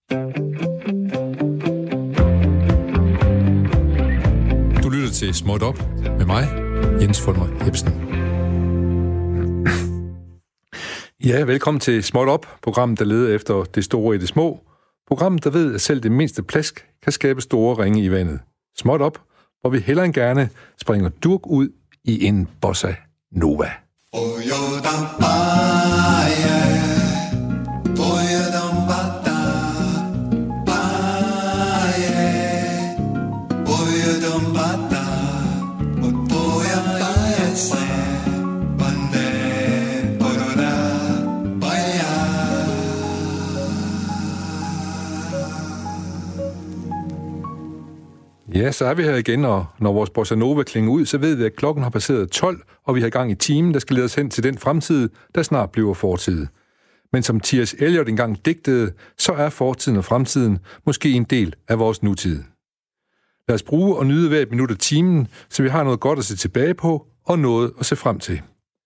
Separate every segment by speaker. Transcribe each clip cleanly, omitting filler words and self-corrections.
Speaker 1: Du lytter til Småt Op med mig, Jens Folmer Jebsen. Ja, velkommen til Småt Op, programmet, der leder efter det store i det små. Programmet, der ved, at selv det mindste plask kan skabe store ringe i vandet. Småt Op, hvor vi hellere end gerne springer durk ud i en bossa nova. Ja, så er vi her igen, og når vores bossa nova klinger ud, så ved vi, at klokken har passeret 12, og vi har gang i timen, der skal lede os hen til den fremtid, der snart bliver fortid. Men som T.S. Eliot engang digtede, så er fortiden og fremtiden måske en del af vores nutid. Lad os bruge og nyde hver et minut af timen, så vi har noget godt at se tilbage på, og noget at se frem til.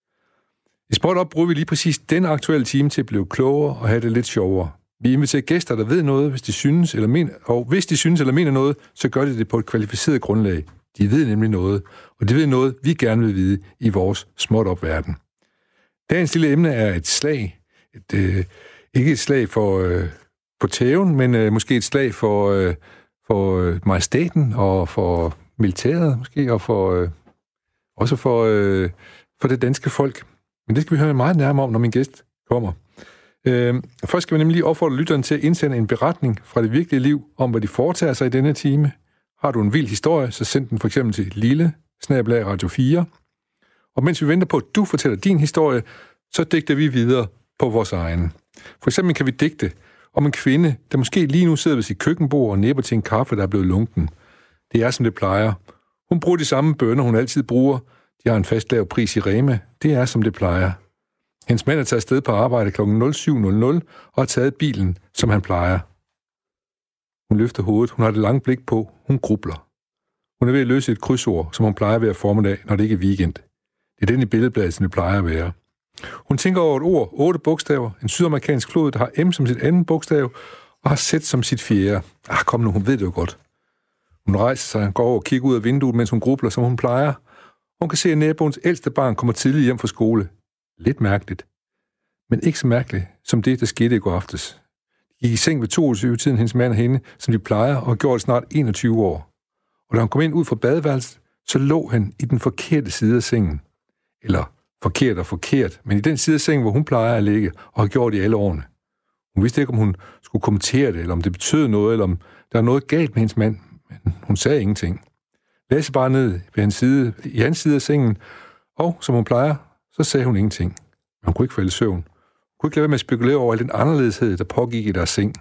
Speaker 1: I Småt Op bruger vi lige præcis den aktuelle time til at blive klogere og have det lidt sjovere. Vi inviterer gæster, der ved noget, hvis de synes eller mener noget, så gør de det på et kvalificeret grundlag. De ved nemlig noget, og de ved noget, vi gerne vil vide i vores Småt Op-verden. Dagens lille emne er et slag. Ikke et slag på tæven, men måske et slag for majestaten og for militæret, måske, og også for det danske folk. Men det skal vi høre meget nærmere om, når min gæst kommer. Først skal vi nemlig lige opfordre lytteren til at indsende en beretning fra det virkelige liv om, hvad de foretager sig i denne time. Har du en vild historie, så send den for eksempel til lille@radio 4. Og mens vi venter på, at du fortæller din historie, så digter vi videre på vores egen. For eksempel kan vi digte om en kvinde, der måske lige nu sidder ved sit køkkenbord og næpper til en kaffe, der er blevet lunken. Det er, som det plejer. Hun bruger de samme bønner, hun altid bruger. De har en fast lav pris i Rema. Det er, som det plejer. Hendes mand er taget afsted på arbejde kl. 07.00 og har taget bilen, som han plejer. Hun løfter hovedet. Hun har det lange blik på. Hun grubler. Hun er ved at løse et krydsord, som hun plejer ved at formiddag, når det ikke er weekend. Det er den i billedbladet, som det plejer at være. Hun tænker over et ord, 8 bogstaver, en sydamerikansk flod, der har M som sit andet bogstav, og har Z som sit fjerde. Kom nu, hun ved det jo godt. Hun rejser sig, går over og kigger ud af vinduet, mens hun grubler, som hun plejer. Hun kan se, at naboens ældste barn kommer tidligt hjem fra skole. Lidt mærkeligt. Men ikke så mærkeligt, som det, der skete i går aftes. De gik i seng ved 22-tiden, hendes mand og hende, som de plejer, og har gjort det snart 21 år. Og da hun kom ind ud fra badeværelset, så lå han i den forkerte side af sengen. Eller forkert, men i den side af sengen, hvor hun plejer at ligge, og har gjort i alle årene. Hun vidste ikke, om hun skulle kommentere det, eller om det betød noget, eller om der var noget galt med hendes mand, men hun sagde ingenting. Lagde sig bare ned i hans side af sengen, og som hun plejer, så sagde hun ingenting. Men hun kunne ikke falde i søvn. Hun kunne ikke lade være med at spekulere over al den anderledeshed, der pågik i deres seng.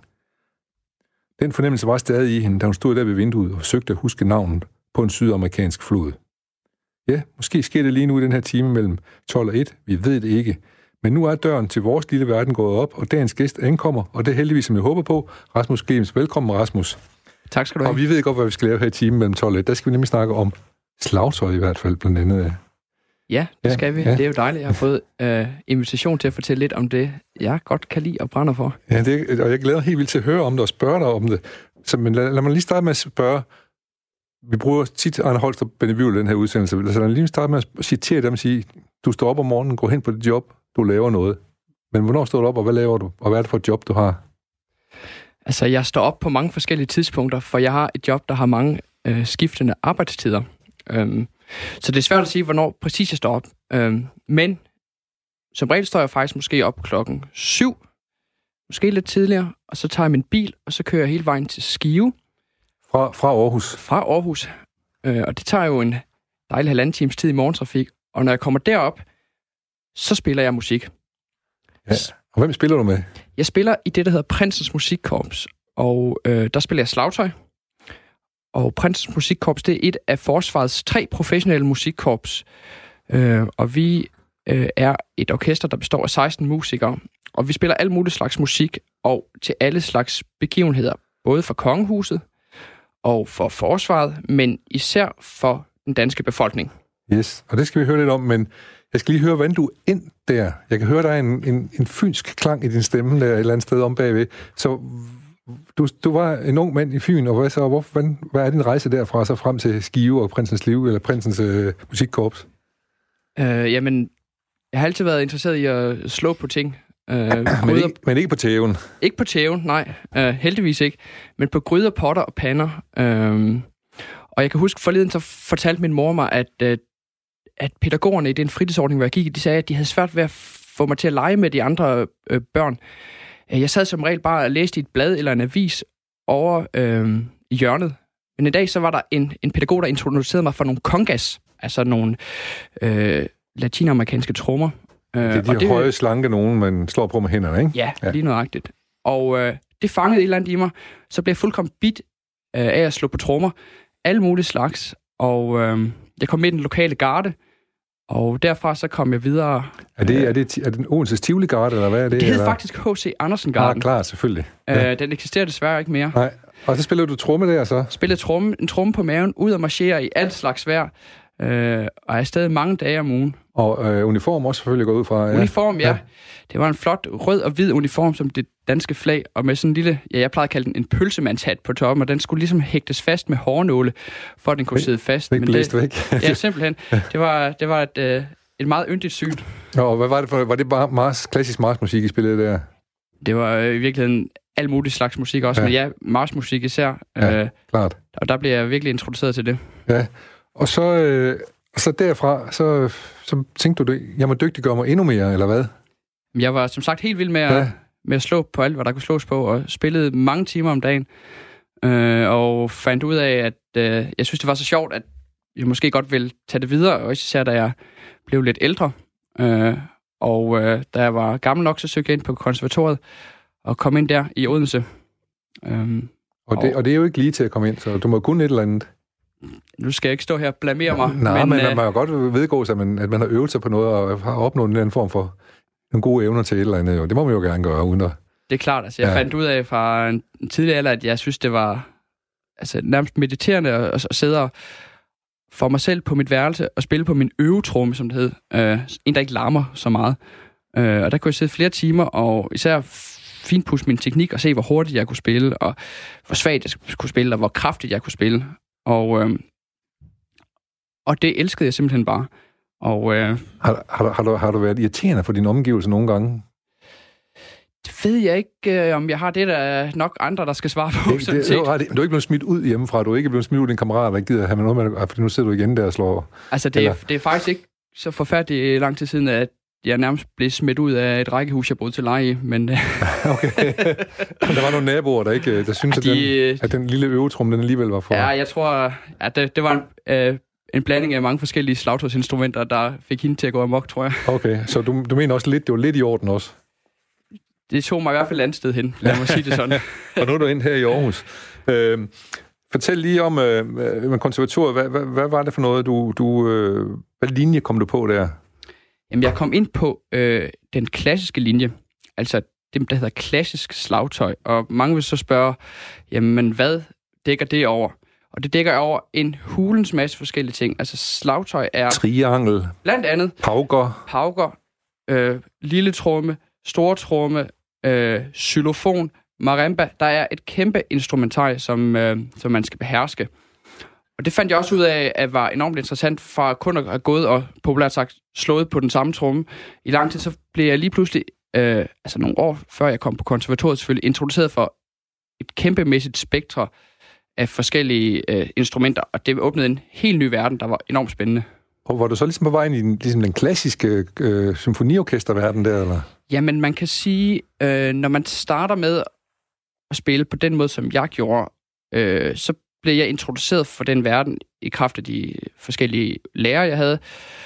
Speaker 1: Den fornemmelse var stadig i hende, da hun stod der ved vinduet og forsøgte at huske navnet på en sydamerikansk flod. Ja, måske sker det lige nu i den her time mellem 12 og 1. Vi ved det ikke. Men nu er døren til vores lille verden gået op, og dagens gæst ankommer, og det er heldigvis, som jeg håber på, Rasmus Clemens. Velkommen, Rasmus.
Speaker 2: Tak skal du have.
Speaker 1: Og vi ved godt, hvad vi skal lave her i timen mellem 12 og 1. Der skal vi nemlig snakke om slagtøj i hvert fald, blandt andet.
Speaker 2: Ja, det skal vi. Ja. Det er jo dejligt. Jeg har fået invitation til at fortælle lidt om det, jeg godt kan lide og brænder for.
Speaker 1: Ja, og jeg glæder helt vildt til at høre om det og spørge dig om det. Men lad mig lige starte med at spørge. Vi bruger tit Arne Holst og Benny Bivl i den her udsendelse. Så lad mig lige starte med at citere dem og sige, du står op om morgenen, går hen på dit job, du laver noget. Men hvornår står du op, og hvad laver du? Og hvad er det for et job, du har?
Speaker 2: Altså, jeg står op på mange forskellige tidspunkter, for jeg har et job, der har mange skiftende arbejdstider. Så det er svært at sige, hvornår præcis jeg står op. Men som regel står jeg faktisk måske op klokken 7, måske lidt tidligere, og så tager jeg min bil, og så kører jeg hele vejen til Skive.
Speaker 1: Fra Aarhus?
Speaker 2: Fra Aarhus. Og det tager jo en dejlig 1,5 times tid i morgentrafik. Og når jeg kommer derop, så spiller jeg musik.
Speaker 1: Ja. Og hvem spiller du med?
Speaker 2: Jeg spiller i det, der hedder Prinsens Musikkorps. Og der spiller jeg slagtøj. Og Prinsens Musikkorps, det er et af forsvarets 3 professionelle musikkorps. Og vi er et orkester, der består af 16 musikere. Og vi spiller alle mulige slags musik, og til alle slags begivenheder. Både for kongehuset og for forsvaret, men især for den danske befolkning.
Speaker 1: Yes, og det skal vi høre lidt om, men jeg skal lige høre, hvordan du er ind der. Jeg kan høre, der er en fynsk klang i din stemme, der et eller andet sted om bagved. Så du var en ung mand i Fyn, og hvad er din rejse derfra så frem til Skive og Prinsens Liv, eller Prinsens Musikkorps?
Speaker 2: Jamen, jeg har altid været interesseret i at slå på ting.
Speaker 1: Men ikke på tæven?
Speaker 2: Ikke på tæven, nej. Heldigvis ikke. Men på gryder, potter og pander. Og jeg kan huske, forleden så fortalte min mor mig, at pædagogerne i den fritidsordning, hvor jeg gik, de sagde, at de havde svært ved at få mig til at lege med de andre børn. Jeg sad som regel bare og læste i et blad eller en avis over i hjørnet. Men i dag så var der en pædagog, der introducerede mig for nogle congas, altså nogle latinamerikanske trommer.
Speaker 1: Det er de høje, slanke nogen, man slår på med hænderne, ikke?
Speaker 2: Ja, lige nøjagtigt. Og det fangede et eller andet i mig. Så blev jeg fuldkommen bit af at slå på trommer. Alle mulige slags. Og jeg kom med i den lokale garde. Og derfra så kom jeg videre. Er det en Odenses Tivoli Garde, eller hvad er det? Det hed faktisk H.C. Andersen Garden.
Speaker 1: Klar, selvfølgelig. Ja.
Speaker 2: Den eksisterer desværre ikke mere.
Speaker 1: Nej. Og så spillede du tromme der, så?
Speaker 2: Spillede en tromme på maven, ud og marchere i alt slags vejr. Og er stadig mange dage om ugen.
Speaker 1: Og uniform også selvfølgelig gået ud fra? Ja.
Speaker 2: Uniform, ja. Det var en flot rød og hvid uniform, som det danske flag, og med sådan en lille, jeg plejede at kalde den en pølsemandshat på toppen, og den skulle ligesom hægtes fast med hårnåle, for at den kunne sidde fast.
Speaker 1: Ikke blæst væk.
Speaker 2: Ja, simpelthen. Det var et meget yndigt syn.
Speaker 1: Og hvad var det for? Var det bare klassisk marchmusik, I spillede der?
Speaker 2: Det var i virkeligheden al mulig slags musik også, men marchmusik især.
Speaker 1: Ja, klart.
Speaker 2: Og der blev jeg virkelig introduceret til det.
Speaker 1: Ja, og så derfra, så tænkte du, jeg må dygtiggøre mig endnu mere, eller hvad?
Speaker 2: Jeg var som sagt helt vild med at slå på alt, hvad der kunne slås på, og spillede mange timer om dagen. Og fandt ud af, at jeg synes, det var så sjovt, at jeg måske godt ville tage det videre, og især da jeg blev lidt ældre. Da jeg var gammel nok, så søgte jeg ind på konservatoriet, og kom ind der i Odense.
Speaker 1: Og det er jo ikke lige til at komme ind, så du må kunne et eller andet.
Speaker 2: Nu skal jeg ikke stå her og blamere mig.
Speaker 1: Nej, men man kan godt vedgå sig, at man har øvet sig på noget, og har opnået en eller anden form for nogle gode evner til et eller andet. Det må man jo gerne gøre, uden at...
Speaker 2: Det er klart, altså jeg fandt ud af fra en tidlig alder, at jeg synes, det var nærmest mediterende at sidde for mig selv på mit værelse og spille på min øvetrumme, som det hed. En, der ikke larmer så meget. Og der kunne jeg sidde flere timer, og især finpudse min teknik og se, hvor hurtigt jeg kunne spille, og hvor svagt jeg kunne spille, og hvor kraftigt jeg kunne spille. Og det elskede jeg simpelthen bare. Og,
Speaker 1: har du været irriterende for dine omgivelser nogle gange?
Speaker 2: Det ved jeg ikke, om jeg har det, der er nok andre, der skal svare på.
Speaker 1: Du er ikke blevet smidt ud hjemmefra. Du er ikke blevet smidt ud af din kammerat, der ikke gider have med noget med, fordi nu sidder du igen der og slår...
Speaker 2: Altså, det er faktisk ikke så forfærdeligt lang tid siden, at jeg nærmest blev smidt ud af et rækkehus, jeg boede til leje i, men...
Speaker 1: Okay. Der var nogle naboer, der syntes, at den lille øvetrum, den alligevel var for...
Speaker 2: Ja, jeg tror, at det var en blanding af mange forskellige slagtøjsinstrumenter, der fik hende til at gå amok, tror jeg. Okay, så du mener også lidt, det var lidt i orden også? Det tog mig i hvert fald et andet sted hen, lad mig sige det sådan.
Speaker 1: Og nu er du inde her i Aarhus. Fortæl lige om konservatoriet. Hvad var det for noget, hvad linje kom du på der?
Speaker 2: Jamen, jeg kom ind på den klassiske linje, altså det, der hedder klassisk slagtøj. Og mange vil så spørge, jamen, hvad dækker det over? Og det dækker over en hulens masse forskellige ting. Altså, slagtøj er... Triangel. Blandt andet. Pauker. Lille tromme, store tromme, xylofon, marimba. Der er et kæmpe instrumental, som man skal beherske. Og det fandt jeg også ud af, at var enormt interessant fra kun at have gået og populært sagt slået på den samme tromme. I lang tid så blev jeg lige pludselig, nogle år før jeg kom på konservatoriet selvfølgelig, introduceret for et kæmpemæssigt spektre af forskellige instrumenter, og det åbnede en helt ny verden, der var enormt spændende.
Speaker 1: Og var du så ligesom på vej ind i den klassiske symfoniorkesterverden der, eller? Jamen,
Speaker 2: man kan sige, når man starter med at spille på den måde, som jeg gjorde, så blev jeg introduceret for den verden i kraft af de forskellige lærere, jeg havde,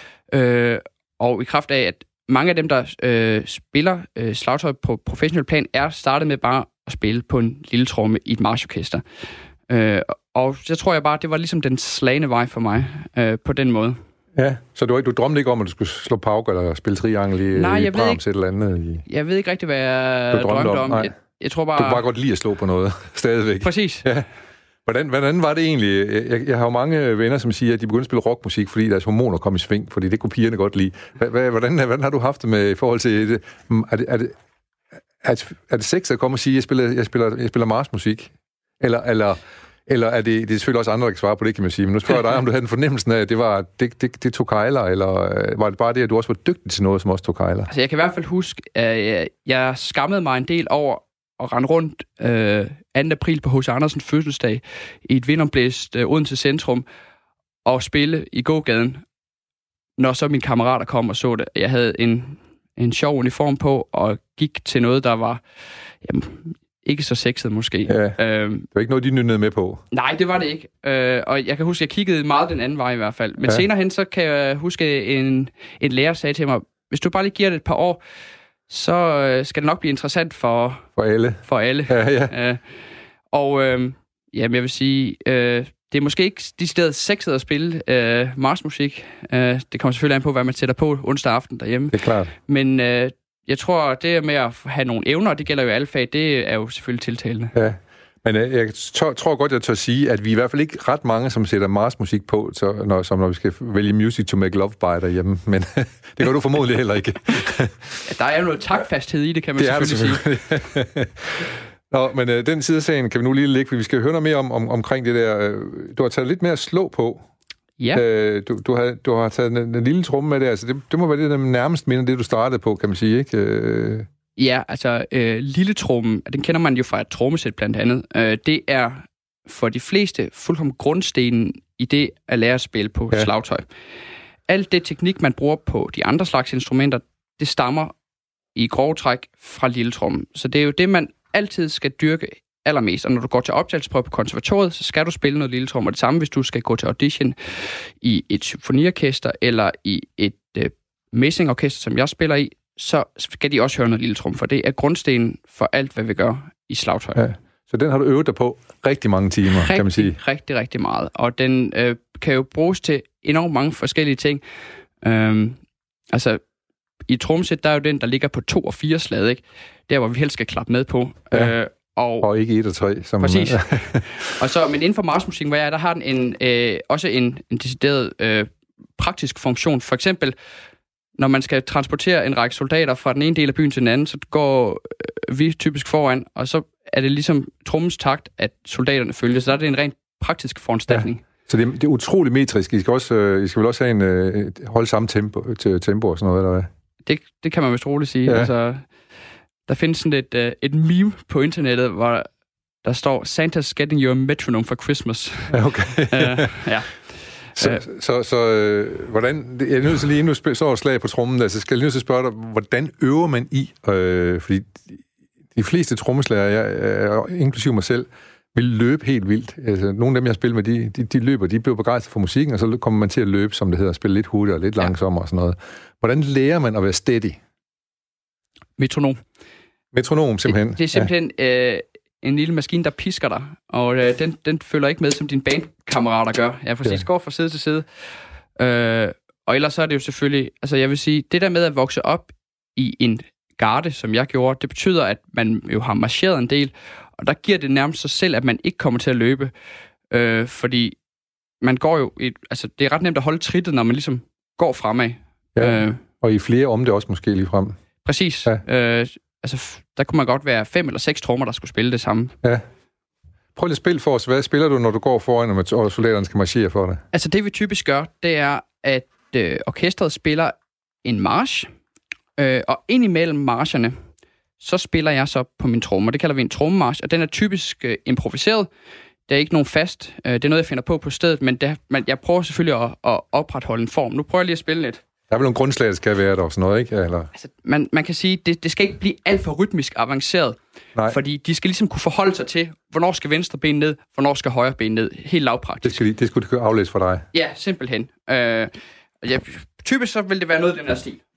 Speaker 2: og i kraft af, at mange af dem, der spiller slagtøj på professionel plan, er startet med bare at spille på en lille tromme i et marchorkester. Og så tror jeg bare, det var ligesom den slagne vej for mig på den måde.
Speaker 1: Ja, så du drømte ikke om, at du skulle slå pauker eller spille triangel i Brahms eller andet?
Speaker 2: Jeg ved ikke rigtig, hvad jeg drømte om. Jeg tror bare...
Speaker 1: Du kunne bare godt lide at slå på noget, stadigvæk.
Speaker 2: Præcis.
Speaker 1: Ja. Hvordan var det egentlig? Jeg har jo mange venner, som siger, at de begyndte at spille rockmusik, fordi deres hormoner kom i sving, fordi det kunne pigerne godt lide. Hvordan har du haft det med i forhold til det? Er det sex at komme og sige, at jeg spiller Mars-musik? Eller er det er selvfølgelig også andre, der kan svare på det, kan man sige. Men nu spørger jeg dig, om du havde den fornemmelsen af, at det tog kejler, eller var det bare det, at du også var dygtig til noget, som også tog kejler?
Speaker 2: Altså, jeg kan i hvert fald huske, at jeg skammede mig en del over at rende rundt 2. april på H.C. Andersens fødselsdag i et vindomblæst Odense Centrum og spille i gågaden, når så mine kammerater kom og så det. Jeg havde en sjov uniform på og gik til noget, der var ikke så sexet måske.
Speaker 1: Ja, det var ikke noget, de nynnede med på.
Speaker 2: Nej, det var det ikke. Og jeg kan huske, at jeg kiggede meget den anden vej i hvert fald. Men senere hen, så kan jeg huske, en lærer sagde til mig, hvis du bare lige giver det et par år, så skal det nok blive interessant for alle. For alle.
Speaker 1: Ja.
Speaker 2: Jeg vil sige, det er måske ikke decideret sexet at spille Mars-musik. Det kommer selvfølgelig an på, hvad man sætter på onsdag aften derhjemme.
Speaker 1: Det er klart.
Speaker 2: Men jeg tror, det med at have nogle evner, det gælder jo alle fag, det er jo selvfølgelig tiltalende.
Speaker 1: Ja, men jeg tror godt, jeg tør sige, at vi er i hvert fald ikke ret mange, som sætter Mars-musik på, når vi skal vælge Music to Make Love By derhjemme. Men det gør du formodentlig heller ikke.
Speaker 2: Der er jo noget taktfasthed i det, kan man selvfølgelig sige.
Speaker 1: Nå, men den side af sagen kan vi nu lige lægge, for vi skal høre noget mere omkring det der. Du har taget lidt mere at slå på.
Speaker 2: Ja.
Speaker 1: Du har taget en lille tromme med det. Altså, det må være det, der nærmest minder det, du startede på, kan man sige, ikke?
Speaker 2: Ja, altså lille trommen, den kender man jo fra et trommesæt blandt andet. Det er for de fleste fuldkommen grundstenen i det at lære at spille på slagtøj. Alt det teknik, man bruger på de andre slags instrumenter, det stammer i grove træk fra lille trommen. Så det er jo det, man altid skal dyrke allermest. Og når du går til optagelsesprøve på konservatoriet, så skal du spille noget lille tromme. Og det samme, hvis du skal gå til audition i et symfoniorkester eller i et messingorkester, som jeg spiller i, så skal de også høre noget lille tromme, for det er grundstenen for alt, hvad vi gør i slagtøj. Ja.
Speaker 1: Så den har du øvet dig på rigtig mange timer, kan man sige.
Speaker 2: Rigtig meget. Og den kan jo bruges til enormt mange forskellige ting. Altså, i trommesæt, der er jo den, der ligger på 2 og 4 slag, ikke? Der, hvor vi helst skal klappe med på.
Speaker 1: Ja. Og ikke 1 og 3.
Speaker 2: Præcis. Men inden for Mars-musikken, der har den også en decideret praktisk funktion. For eksempel, når man skal transportere en række soldater fra den ene del af byen til den anden, så går vi typisk foran, og så er det ligesom trommens takt, at soldaterne følger. Så der er det en rent praktisk foranstaltning. Ja.
Speaker 1: Så det er utroligt metrisk. I skal vel også have holde samme tempo og sådan noget, eller hvad?
Speaker 2: Det kan man vist roligt sige. Ja. Altså, der findes sådan et meme på internettet, hvor der står, Santa's getting you a metronome for Christmas.
Speaker 1: Okay.
Speaker 2: Ja.
Speaker 1: Så hvordan... Jeg er nødt til lige, nu så slag på trommen, altså skal jeg nødt til at spørge dig, hvordan øver man i? Fordi de fleste trommeslager, inklusive mig selv, vil løbe helt vildt. Altså, nogle af dem, jeg har spillet med, de løber, de bliver begejstret for musikken, og så kommer man til at løbe, som det hedder, spille lidt hurtigt og lidt langsommere og sådan noget. Hvordan lærer man at være steady? Metronom, simpelthen.
Speaker 2: Det er simpelthen en lille maskine, der pisker dig, og den følger ikke med, som dine bandkammerater gør. Ja, præcis. Går fra side til side. Og ellers så er det jo selvfølgelig... Altså, jeg vil sige, det der med at vokse op i en garde, som jeg gjorde, det betyder, at man jo har marcheret en del, og der giver det nærmest sig selv, at man ikke kommer til at løbe. Fordi man går jo... Altså, det er ret nemt at holde trittet, når man ligesom går fremad.
Speaker 1: Ja, og i flere om det også måske lige frem.
Speaker 2: Præcis. Ja. Altså, der kunne man godt være 5 eller 6 trommer, der skulle spille det samme.
Speaker 1: Ja. Prøv lige at spille for os. Hvad spiller du, når du går foran, og soldaterne skal marchere for dig?
Speaker 2: Altså, det vi typisk gør, det er, at orkestret spiller en march, og indimellem marcherne, så spiller jeg så på min tromme, det kalder vi en trommemarch, og den er typisk improviseret. Der er ikke nogen fast. Det er noget, jeg finder på stedet, men jeg prøver selvfølgelig at opretholde en form. Nu prøver jeg lige at spille lidt.
Speaker 1: Der er vel nogle grundslag, der skal være der og sådan noget, ikke? Eller?
Speaker 2: Altså, man kan sige, det skal ikke blive alt for rytmisk avanceret. Nej. Fordi de skal ligesom kunne forholde sig til, hvornår skal venstre ben ned, hvornår skal højre ben ned. Helt lavpraktisk.
Speaker 1: Det skulle de aflæse for dig?
Speaker 2: Ja, simpelthen. Typisk så vil det være noget af den her stil.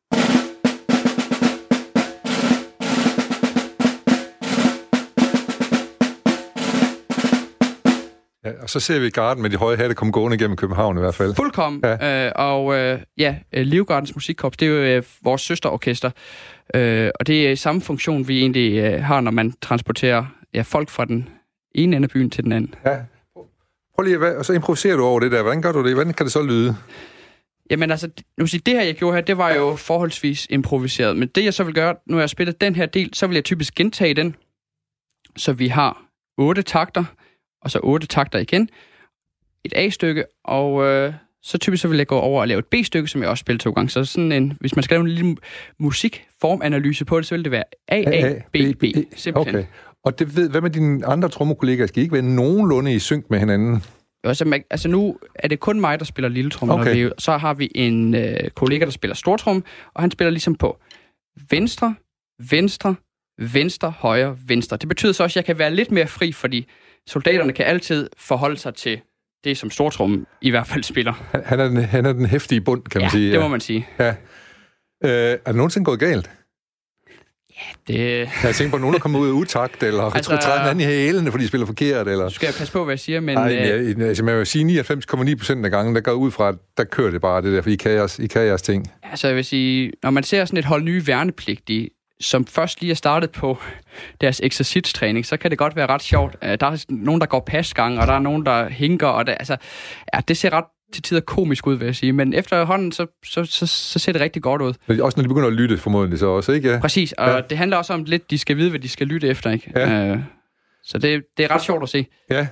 Speaker 1: Ja, og så ser vi Garden med de høje hatte komme gående gennem København i hvert fald.
Speaker 2: Fuldkommen. Ja. Livgardens Musikkorps, det er jo vores søsterorkester. Og det er samme funktion, vi egentlig har, når man transporterer folk fra den ene ende af byen til den anden.
Speaker 1: Ja. Prøv lige, og så improviserer du over det der. Hvordan gør du det? Hvordan kan det så lyde?
Speaker 2: Jamen altså, nu sige, det her, jeg gjorde her, det var jo forholdsvis improviseret. Men det, jeg så vil gøre, nu har jeg spillet den her del, så vil jeg typisk gentage den. Så vi har 8 takter, og så 8 takter igen. Et A-stykke, og så typisk så vil jeg gå over og lave et B-stykke, som jeg også spiller 2 gange. Så sådan en, hvis man skal lave en lille musikformanalyse på det, så vil det være A, B, B. Simpelthen.
Speaker 1: Okay. Og hvad med dine andre trommekollegaer? Skal I ikke være nogenlunde i synk med hinanden?
Speaker 2: Altså nu er det kun mig, der spiller lille tromme.
Speaker 1: Okay.
Speaker 2: Så har vi en kollega, der spiller stortromme, og han spiller ligesom på venstre, venstre, venstre, højre, venstre. Det betyder så også, at jeg kan være lidt mere fri, fordi soldaterne kan altid forholde sig til det, som stortrommen i hvert fald spiller.
Speaker 1: Han er den heftige bund, kan man sige.
Speaker 2: Ja, det må man sige.
Speaker 1: Ja. Er det nogensinde gået galt?
Speaker 2: Ja, det...
Speaker 1: Jeg tænker på, at nogen er kommet ud af utakt, eller træder den anden i hælene, fordi de spiller forkert, eller...
Speaker 2: Nu skal jeg passe på, hvad jeg siger, men...
Speaker 1: Altså, man vil sige, 99,9% af gangen, der går ud fra, der kører det bare det der, for I kan jeres ting.
Speaker 2: Altså, jeg vil sige, når man ser sådan et hold nye værnepligtige, som først lige er startet på deres eksercitstræning, så kan det godt være ret sjovt. Der er nogen, der går pasgang, og der er nogen, der hinker, og det ser ret til tider komisk ud, vil jeg sige. Men efterhånden, så ser det rigtig godt ud.
Speaker 1: Også når de begynder at lytte, formodentlig så også, ikke? Ja.
Speaker 2: Præcis, og det handler også om lidt, de skal vide, hvad de skal lytte efter, ikke?
Speaker 1: Ja.
Speaker 2: Så det er ret sjovt at se.
Speaker 1: Ja.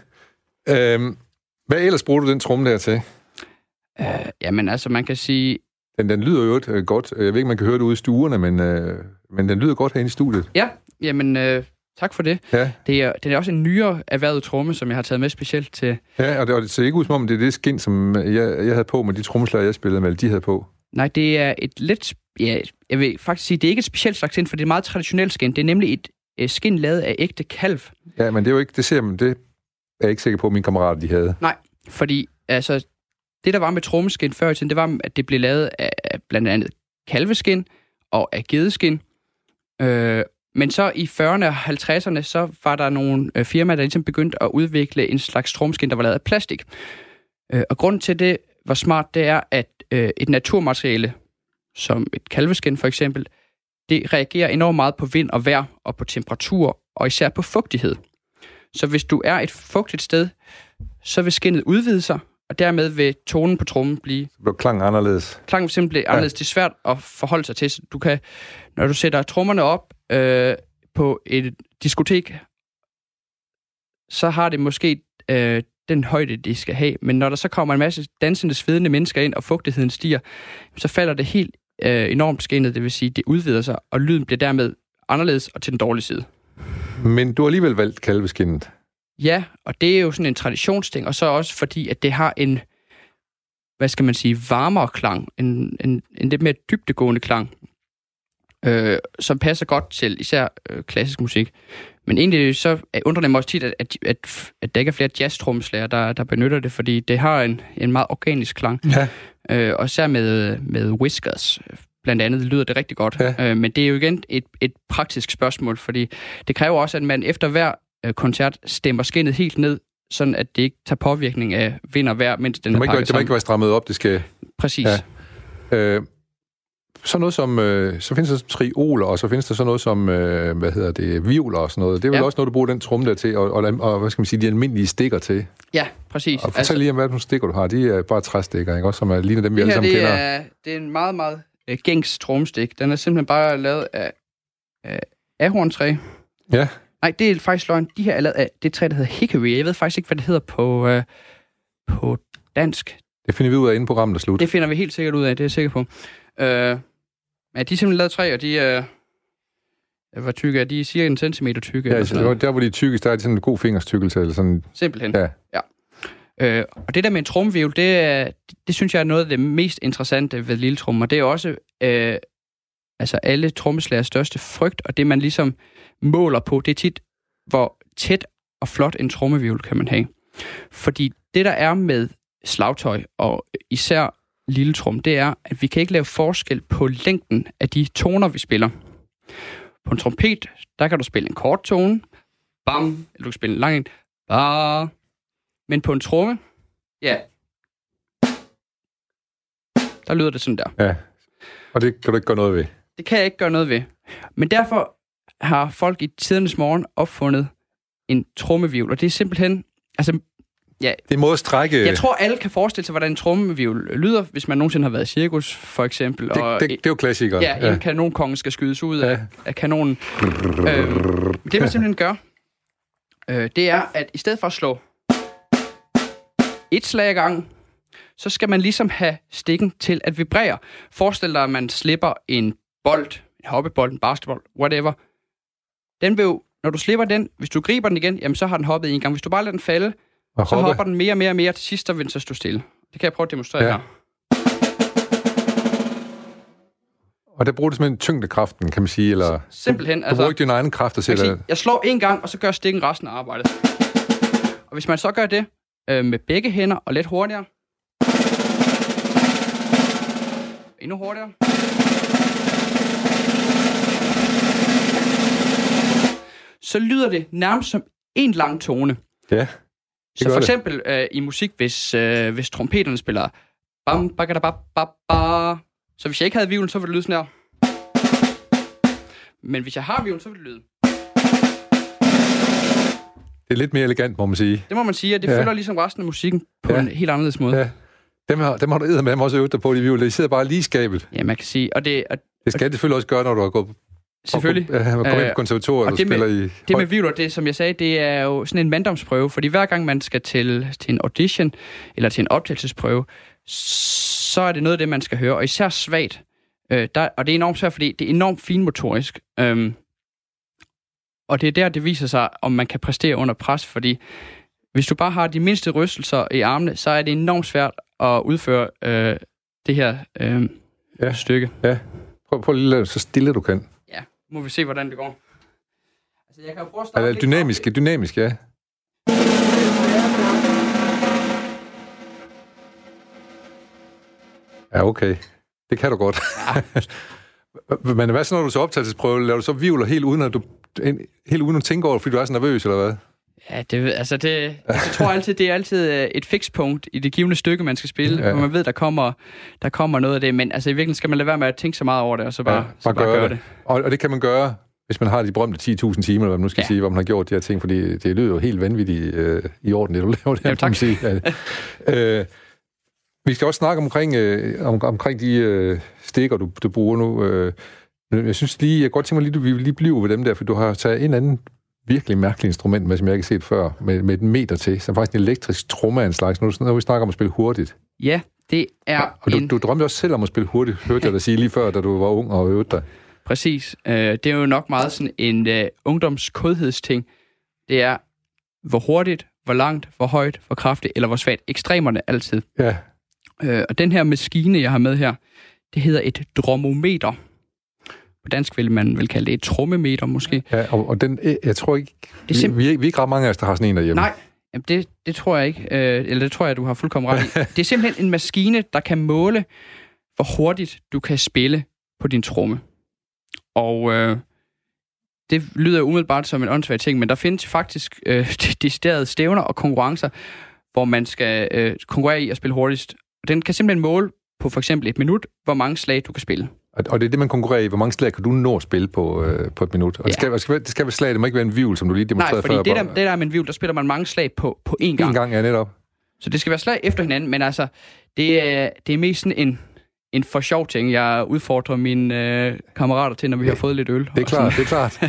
Speaker 1: Hvad ellers bruger du den tromme der til?
Speaker 2: Jamen, altså, man kan sige...
Speaker 1: Den lyder jo godt. Jeg ved ikke, man kan høre det ude i stuerne, men den lyder godt herinde i studiet.
Speaker 2: Ja, jamen... Tak for det.
Speaker 1: Ja.
Speaker 2: Det er også en nyere erhvervet tromme, som jeg har taget med specielt til...
Speaker 1: Ja, og det ser ikke ud som om, det er det skin, som jeg havde på med de trommeslager, jeg spillede med, eller de havde på. Nej, det er et lidt... Ja, jeg vil faktisk sige, det er ikke et specielt slags skin, for det er et meget traditionelt skin. Det er nemlig et skin lavet af ægte kalv. Ja, men det er jo ikke... Det er jeg ikke sikker på, at mine kammerater, de havde. Nej, fordi altså... Det, der var med trommeskin før i tiden, det var, at det blev lavet af blandt andet kalveskin og af gedeskin. Men så i 40'erne og 50'erne, så var der nogle firmaer, der ligesom begyndte at udvikle en slags trommeskin, der var lavet af plastik. Og grunden til det var smart, det er, at et naturmateriale, som et kalveskin for eksempel, det reagerer enormt meget på vind og vejr og på temperatur, og især på fugtighed. Så hvis du er et fugtigt sted, så vil skinnet udvide sig, og dermed vil tonen på trommen blive... Så bliver klangen anderledes. Klangen vil simpelthen anderledes. Det er svært at forholde sig til. Så du kan, når du sætter trommerne op på et diskotek, så har det måske den højde, de skal have. Men når der så kommer en masse dansende, svedende mennesker ind, og fugtigheden stiger, så falder det helt enormt skinnet. Det vil sige, det udvider sig, og lyden bliver dermed anderledes og til den dårlige side. Men du har alligevel valgt kalveskinnet. Ja, og det er jo sådan en traditionsting, og så også fordi, at det har en, hvad skal man sige, varmere klang, en lidt mere dybdegående klang, som passer godt til især klassisk musik. Men egentlig så undrer det mig også tit, at der ikke er flere jazz-trommeslager, der benytter det, fordi det har en meget organisk klang. Ja. Og især med whiskers, blandt andet, lyder det rigtig godt. Ja. Men det er jo igen et praktisk spørgsmål, fordi det kræver også, at man efter hver koncert stemmer skinnet helt ned, sådan at det ikke tager påvirkning af vind og vejr, mens den er pakket sammen. Det må ikke være strammet op, det skal... Præcis. Ja. Så noget som... så findes der trioler, og så findes der så noget som, violer og sådan noget. Det er vel også noget, du bruger den tromme der til, og hvad skal man sige, de almindelige stikker til. Ja, præcis. Og fortæl lige om, hvad nogle stikker du har. De er bare træstikker, ikke? Også som er ligner dem, vi alle sammen kender. Det er en meget, meget gængs trommestik. Den er simpelthen bare lavet af ahorntræ. Ja. Nej, det er faktisk løgn. De her er lavet af det træ, der hedder hickory. Jeg ved faktisk ikke, hvad det hedder på dansk. Det finder vi ud af inden programmet er slut. Det finder vi helt sikkert ud af, det er jeg sikker på. Ja, de er simpelthen lavet træ, og de er... Hvor tykke er de? Er cirka 1 centimeter tykke. Ja, altså, der hvor de er tykkest, der er de sådan en god fingerstykkelse. Eller sådan... Simpelthen, ja. Og det der med en trommevirvel, det synes jeg er noget af det mest interessante ved lille trommer. Det er også alle trommeslagers største frygt, og det man ligesom måler på, det er tit, hvor tæt og flot en trommevirvel kan man have. Fordi det, der er med slagtøj, og især lille trom, det er, at vi kan ikke lave forskel på længden af de toner, vi spiller. På en trompet, der kan du spille en kort tone, bam, eller du kan spille en lang en, ba. Men på en tromme, ja, der lyder det sådan der. Ja, og det kan du ikke gøre noget ved. Det kan jeg ikke gøre noget ved. Men derfor har folk i tidernes morgen opfundet en trommevirvel, og det er simpelthen, altså...
Speaker 2: Ja.
Speaker 1: Det er en måde at strække...
Speaker 2: Jeg tror, alle kan forestille sig, hvordan en trommevivl lyder, hvis man nogensinde har været i cirkus, for eksempel.
Speaker 1: Det er jo klassikere.
Speaker 2: Ja, en kanonkonge skal skydes ud af kanonen. Det, man simpelthen gør, det er, at i stedet for at slå et slag ad gangen, så skal man ligesom have stikken til at vibrere. Forestil dig, at man slipper en bold, en hoppebold, en basketball, whatever. Den vil jo, når du slipper den, hvis du griber den igen, jamen så har den hoppet en gang. Hvis du bare lader den falde, så hopper den mere og mere og mere. Til sidst, så vil den så stå stille. Det kan jeg prøve at demonstrere her.
Speaker 1: Og der bruger du simpelthen tyngdekraften, kan man sige, eller...
Speaker 2: Simpelthen.
Speaker 1: Du bruger ikke din egen kraft at sætte...
Speaker 2: Jeg slår en gang, og så gør stikken resten af arbejdet. Og hvis man så gør det med begge hænder og lidt hurtigere... Endnu hurtigere... så lyder det nærmest som en lang tone.
Speaker 1: Ja.
Speaker 2: Så for eksempel i musik, hvis trompeterne spiller bam, ba, så hvis jeg ikke havde vivlen, så ville det lyde sådan her. Men hvis jeg har vivlen, så vil det lyde.
Speaker 1: Det er lidt mere elegant, må man sige.
Speaker 2: Det må man sige, at det følger ligesom resten af musikken på en helt anderledes måde. Ja.
Speaker 1: Dem har du eddermame også øvet dig på, de vivler. De sidder bare lige i skabet.
Speaker 2: Ja, man kan sige. Og det
Speaker 1: skal det selvfølgelig også gøre, når du har gået...
Speaker 2: Selvfølgelig.
Speaker 1: Kom ind på konservatoriet, og du spiller i...
Speaker 2: Det med vivler, det som jeg sagde, det er jo sådan en manddomsprøve, fordi hver gang man skal til en audition, eller til en optagelsesprøve, så er det noget af det, man skal høre, og især svagt. Og det er enormt svært, fordi det er enormt finmotorisk. Og det er der, det viser sig, om man kan præstere under pres, fordi hvis du bare har de mindste rystelser i armene, så er det enormt svært at udføre det her stykke.
Speaker 1: Ja, prøv lige at lade så stille du kan.
Speaker 2: Ja, må vi se, hvordan det går. Altså, jeg kan jo prøve at starte lidt
Speaker 1: dynamisk, ja. Ja, okay. Det kan du godt. Ja. Men hvad så, når du så optagelsesprøve? Laver du så vivler helt uden at tænke over det, fordi du er så nervøs, eller hvad?
Speaker 2: Ja, jeg tror altid, det er altid et fikspunkt i det givende stykke, man skal spille, hvor man ved, der kommer noget af det, men altså i virkeligheden skal man lade være med at tænke så meget over det, og så bare gøre det. Og
Speaker 1: det kan man gøre, hvis man har de berømte 10.000 timer, eller hvad man nu skal sige, hvor man har gjort de her ting, fordi det lyder jo helt vanvittigt i orden, det du laver det her, kan man sige. Vi skal også snakke omkring de stikker, du bruger nu. Jeg synes lige, jeg kan godt tænke mig vi vil lige blive ved dem der, for du har taget en anden virkelig mærkelig instrument med, som jeg ikke har set før, med et meter til, som faktisk en elektrisk tromme af en slags, når vi snakker om at spille hurtigt.
Speaker 2: Ja, det er
Speaker 1: og du drømte også selv om at spille hurtigt, hørte jeg dig sige lige før, da du var ung og øvede dig.
Speaker 2: Præcis. Det er jo nok meget sådan en ungdomskodhedsting. Det er, hvor hurtigt, hvor langt, hvor højt, hvor kraftigt, eller hvor svagt. Ekstremerne altid.
Speaker 1: Ja.
Speaker 2: Og den her maskine, jeg har med her, det hedder et drommometer. På dansk vil man vel kalde det et trommemeter, måske.
Speaker 1: Ja, og den, jeg tror ikke... Vi er ikke ret mange af os, der har sådan en derhjemme.
Speaker 2: Nej, det tror jeg ikke. Eller det tror jeg, du har fuldkommen ret i. Det er simpelthen en maskine, der kan måle, hvor hurtigt du kan spille på din tromme. Og det lyder umiddelbart som en åndssvag ting, men der findes faktisk deciderede stævner og konkurrencer, hvor man skal konkurrere i at spille hurtigst. Og den kan simpelthen måle på for eksempel et minut, hvor mange slag du kan spille. Og
Speaker 1: det er det, man konkurrerer i. Hvor mange slag kan du nå at spille på et minut? Og det skal være slag, det må ikke være en vivl, som du lige demonstrerede før.
Speaker 2: Nej, fordi det der med en vivl, der spiller man mange slag på én gang.
Speaker 1: En gang, ja, netop.
Speaker 2: Så det skal være slag efter hinanden, men altså, det er mest sådan en for sjov ting. Jeg udfordrer mine kammerater til, når vi har fået lidt øl.
Speaker 1: Det er klart.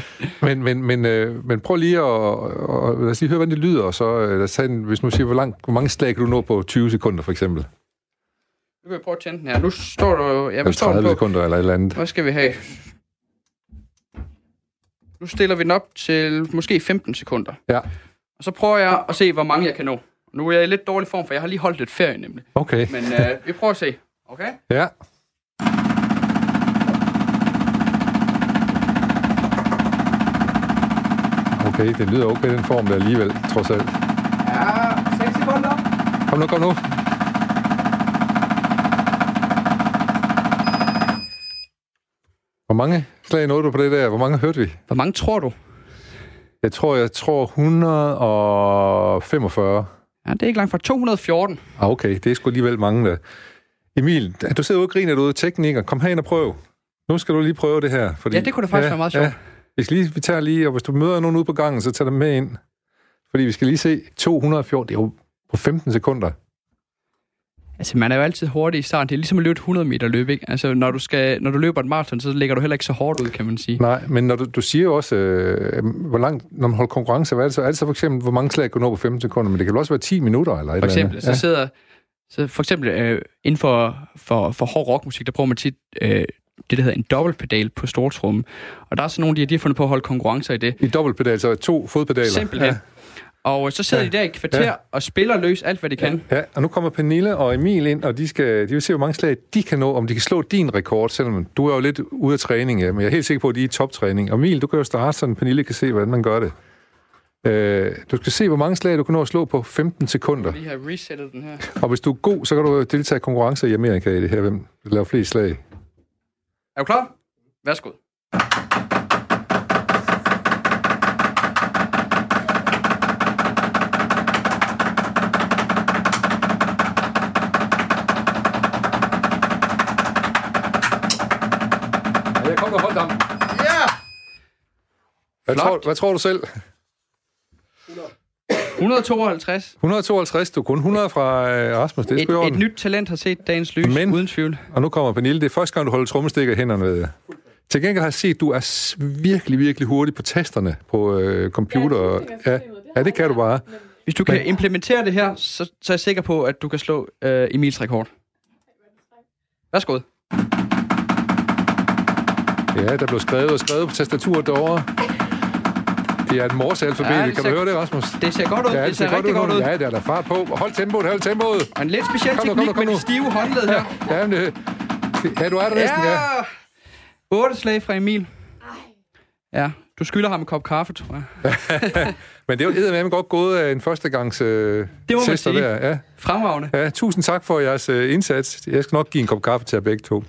Speaker 1: Men prøv lige at lad os lige høre, hvordan det lyder, og så lad os tage hvis nu siger, hvor mange slag kan du nå på 20 sekunder, for eksempel?
Speaker 2: Nu vil jeg prøve at tænde den her. Nu står der jo...
Speaker 1: Eller 30 sekunder eller et eller andet.
Speaker 2: Hvad skal vi have? Nu stiller vi den op til måske 15 sekunder.
Speaker 1: Ja.
Speaker 2: Og så prøver jeg at se, hvor mange jeg kan nå. Nu er jeg i lidt dårlig form, for jeg har lige holdt lidt ferie nemlig.
Speaker 1: Okay.
Speaker 2: Men vi prøver at se. Okay?
Speaker 1: Ja. Okay, det lyder okay, den form der alligevel, trods alt.
Speaker 2: Ja, 6 sekunder.
Speaker 1: Kom nu. Hvor mange slag nåede du på det der? Hvor mange hørte vi?
Speaker 2: Hvor mange tror du?
Speaker 1: Jeg tror 145.
Speaker 2: Ja, det er ikke langt fra 214.
Speaker 1: Okay, det er sgu alligevel mange der. Emil, du sidder jo og griner derude, tekniker. Kom herind og prøv. Nu skal du lige prøve det her. Fordi,
Speaker 2: ja, det kunne da faktisk være meget sjovt.
Speaker 1: Ja. Vi tager lige, og hvis du møder nogen ude på gangen, så tag dem med ind. Fordi vi skal lige se 214. Det er jo, På 15 sekunder?
Speaker 2: Altså, man er jo altid hurtig i starten. Det er ligesom at løbe et 100 meter løb, ikke? Altså, når du løber et maraton, så lægger du heller ikke så hårdt ud, kan man sige.
Speaker 1: Nej, men når du siger jo også, hvor langt, når man holder konkurrence, hvad er det så? Er det så for eksempel, hvor mange slag kan du nå på 15 sekunder? Men det kan vel også være 10 minutter, eller et
Speaker 2: for eksempel,
Speaker 1: eller andet.
Speaker 2: Så for eksempel, inden for hård rockmusik, der bruger man tit det, der hedder en dobbeltpedal på stortrummen. Og der er så nogle, de har fundet på at holde konkurrencer i det.
Speaker 1: I dobbeltpedal, så 2 fodpedaler?
Speaker 2: Simpelthen. Ja. Og så sidder de der i et kvarter og spiller løs alt, hvad de kan.
Speaker 1: Ja, og nu kommer Pernille og Emil ind, og de vil se, hvor mange slag de kan nå, om de kan slå din rekord, selvom du er jo lidt ude af træning, ja, men jeg er helt sikker på, at de er i toptræning. Og Emil, du kan jo starte, så Pernille kan se, hvordan man gør det. Du skal se, hvor mange slag du kan nå at slå på 15 sekunder.
Speaker 2: Vi har resettet den her.
Speaker 1: Og hvis du er god, så kan du deltage i konkurrencer i Amerika i det her, hvem laver flest slag.
Speaker 2: Er du klar? Værsgo.
Speaker 1: Jeg kommer og holdt ham.
Speaker 2: Ja!
Speaker 1: Hvad tror du selv?
Speaker 2: 152.
Speaker 1: 152, du er kun 100 fra Rasmus. Det er
Speaker 2: et nyt talent har set dagens lys, uden tvivl.
Speaker 1: Og nu kommer Pernille. Det er første gang, du holder trommestikker i hænderne, ved jeg. Til gengæld har jeg set, at du er virkelig, virkelig hurtig på tasterne på computer. Ja, det kan du bare.
Speaker 2: Hvis du kan implementere det her, så er jeg sikker på, at du kan slå Emils rekord. Værsgo.
Speaker 1: Ja, der blev skrevet på tastaturet derovre. Det er et morsealfabet. Kan du høre det, Rasmus?
Speaker 2: Det ser godt ud.
Speaker 1: Ja,
Speaker 2: det ser rigtig godt ud.
Speaker 1: Ja, der er der fart på. Hold tempoet.
Speaker 2: Og en lidt speciel teknik med de stive håndled her.
Speaker 1: Ja, du er der næsten, ja.
Speaker 2: 8 slag fra Emil. Ja, du skylder ham en kop kaffe, tror jeg.
Speaker 1: Men det er jo eddermame godt gået af en førstegangs
Speaker 2: det må man sige.
Speaker 1: Der. Ja.
Speaker 2: Fremragende.
Speaker 1: Ja, tusind tak for jeres indsats. Jeg skal nok give en kop kaffe til jer begge to.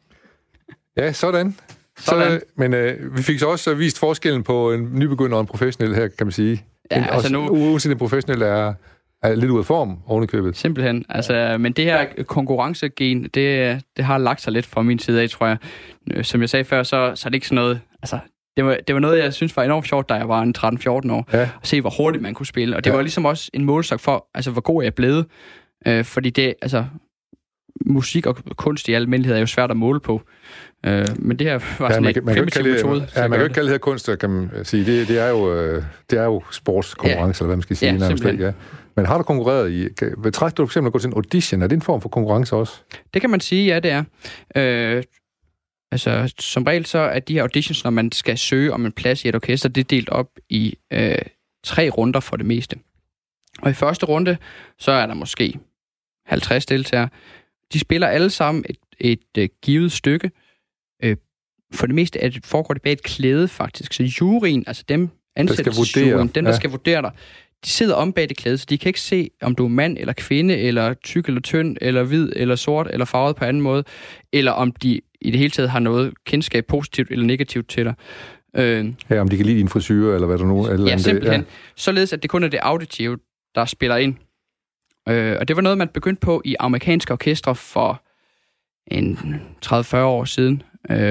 Speaker 1: Ja, sådan. Men vi fik så også vist forskellen på en nybegynder og en professionel her, kan man sige.
Speaker 2: Ja, altså nu...
Speaker 1: Uanset en professionel er lidt ud af form ovenikøbet.
Speaker 2: Simpelthen. Altså, men det her konkurrencegen, det har lagt sig lidt fra min side af, tror jeg. Som jeg sagde før, så er det ikke sådan noget... Altså, det var noget, jeg synes var enormt sjovt, da jeg var en 13-14 år. Ja. At se, hvor hurtigt man kunne spille. Og det var ligesom også en målstok for, altså, hvor god jeg er blevet. Fordi det, altså... Musik og kunst i almindelighed er jo svært at måle på. Men det her var sådan en primitiv metode.
Speaker 1: Ja, man kan jo ikke kalde det her kunst, kan man sige. Det er jo sportskonkurrence, eller hvad man skal sige. Ja. Men har du konkurreret i... Betragter du for eksempel at gå til en audition? Er det en form for konkurrence også?
Speaker 2: Det kan man sige, ja, det er. Altså, som regel så er de her auditions, når man skal søge om en plads i et orkester, det er delt op i 3 runder for det meste. Og i første runde, så er der måske 50 deltagere. De spiller alle sammen et givet stykke. For det meste foregår det bag et klæde, faktisk. Så juryen, altså dem ansættelsesjuryen, dem, der skal vurdere dig, de sidder om bag det klæde, så de kan ikke se, om du er mand eller kvinde, eller tyk eller tynd, eller hvid, eller sort, eller farvet på anden måde, eller om de i det hele taget har noget kendskab, positivt eller negativt til dig.
Speaker 1: Ja, om de kan lide din frisyre, eller hvad du nu... Eller
Speaker 2: simpelthen. Således, at det kun er det auditive, der spiller ind. Og det var noget, man begyndte på i amerikanske orkestre for en 30-40 år siden.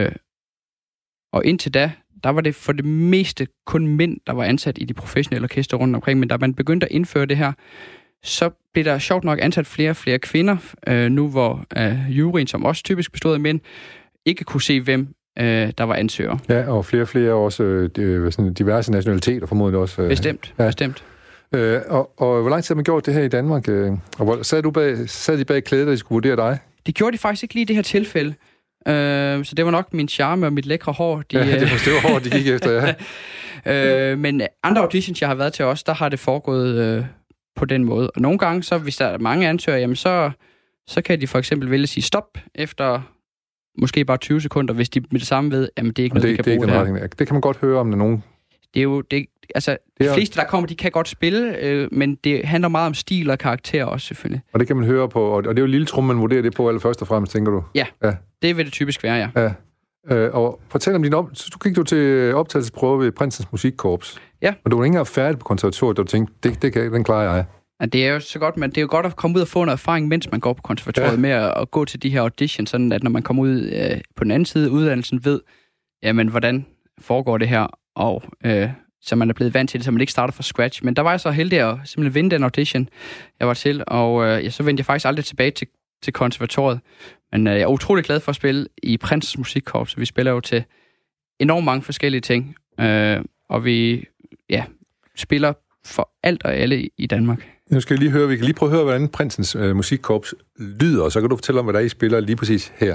Speaker 2: Og indtil da, der var det for det meste kun mænd, der var ansat i de professionelle orkestre rundt omkring. Men da man begyndte at indføre det her, så blev der sjovt nok ansat flere og flere kvinder, nu hvor juryen, som også typisk bestod af mænd, ikke kunne se, hvem der var ansøgere. Ja,
Speaker 1: og flere også diverse nationaliteter formodentlig også.
Speaker 2: Bestemt.
Speaker 1: Og hvor lang tid har man gjort det her i Danmark? Og hvor sad de bag klæder, da de skulle vurdere dig?
Speaker 2: Det gjorde de faktisk ikke lige i det her tilfælde. Så det var nok min charme og mit lækre hår.
Speaker 1: Det var hår, de gik efter, ja.
Speaker 2: Men andre auditions, jeg har været til også, der har det foregået på den måde. Og nogle gange, så hvis der er mange ansøgere, jamen så kan de for eksempel vælge at sige stop efter måske bare 20 sekunder, hvis de med det samme ved, at det er ikke noget, de kan bruge der.
Speaker 1: Det kan man godt høre, om der er nogen...
Speaker 2: Det er jo... de fleste, der kommer, de kan godt spille, men det handler meget om stil og karakter også, selvfølgelig.
Speaker 1: Og det kan man høre på, og det er jo lille trum, man vurderer det på allerførst og fremmest, tænker du?
Speaker 2: Ja, det vil det typisk være, ja.
Speaker 1: Og fortæl om så gik du til optagelsesprøve ved Prinsens Musikkorps. Ja. Og du var ikke engang færdig på konservatoriet, og du tænkte, den klarer jeg.
Speaker 2: Ja, det er jo så godt, men det er jo godt at komme ud og få noget erfaring, mens man går på konservatoriet, med at gå til de her auditions, sådan at når man kommer ud på den anden side af uddannelsen, ved, jamen, hvordan foregår det her, og så man er blevet vant til det, så man ikke starter fra scratch. Men der var jeg så heldig at simpelthen vinde den audition, jeg var til, og så vendte jeg faktisk aldrig tilbage til konservatoriet. Men jeg er utrolig glad for at spille i Prinsens Musikkorps, så vi spiller jo til enormt mange forskellige ting, og vi spiller for alt og alle i Danmark.
Speaker 1: Nu skal vi kan lige prøve at høre, hvordan Prinsens Musikkorps lyder, og så kan du fortælle om, hvad der er, I spiller lige præcis her.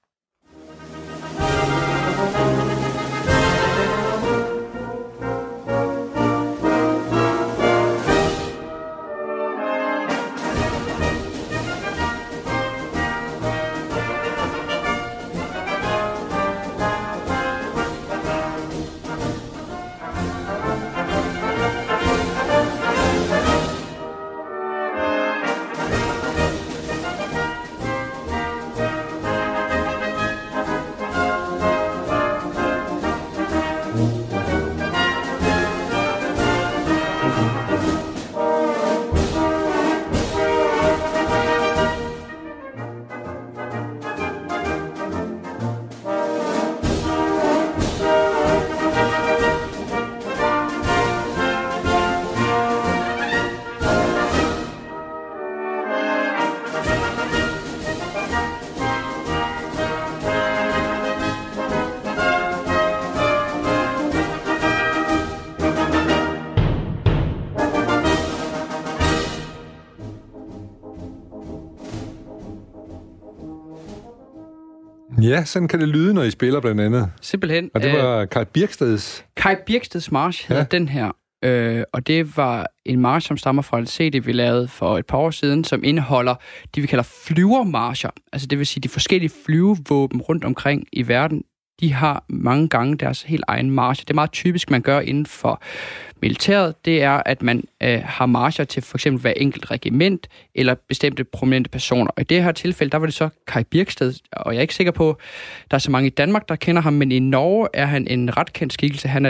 Speaker 1: Ja, sådan kan det lyde, når I spiller blandt andet.
Speaker 2: Simpelthen.
Speaker 1: Og det var Kaj Birksteds.
Speaker 2: Kaj Birksteds march hedder den her. Og det var en march, som stammer fra en CD, vi lavede for et par år siden, som indeholder det, vi kalder flyvermarcher. Altså det vil sige, de forskellige flyvevåben rundt omkring i verden, de har mange gange deres helt egen marcher. Det er meget typisk, man gør inden for militæret. Det er, at man har marcher til for eksempel hver enkelt regiment eller bestemte prominente personer. Og i det her tilfælde, der var det så Kaj Birksted, og jeg er ikke sikker på, der er så mange i Danmark, der kender ham, men i Norge er han en ret kendt skikkelse. Han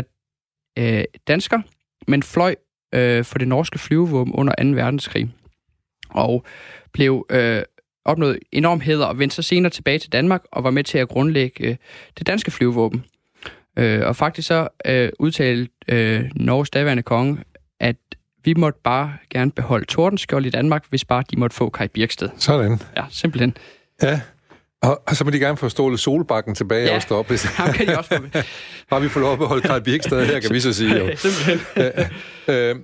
Speaker 2: er dansker, men fløj for det norske flyvevåben under 2. verdenskrig. Og blev opnået enorm hæder og vendte så senere tilbage til Danmark og var med til at grundlægge det danske flyvevåben. Og faktisk så udtalte Norges daværende konge, at vi måtte bare gerne beholde Tordenskjold i Danmark, hvis bare de måtte få Kaj Birksted.
Speaker 1: Sådan.
Speaker 2: Ja, simpelthen.
Speaker 1: Ja, og så må de gerne få Ståle Solbakken tilbage og stoppe.
Speaker 2: Ham kan de også få.
Speaker 1: Bare vi får lov at beholde Kaj Birksted her, kan vi så sige. Jo.
Speaker 2: Simpelthen.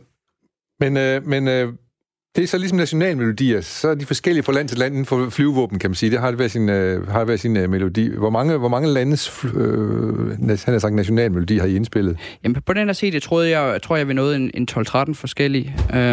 Speaker 1: Men det er så ligesom nationalmelodier, så er de forskellige fra land til land inden for flyvevåben, kan man sige. Det har det været sin melodi. Hvor mange landes nationalmelodi har I indspillet?
Speaker 2: Jamen på den her CD tror jeg vi nåede en 12-13 forskellige.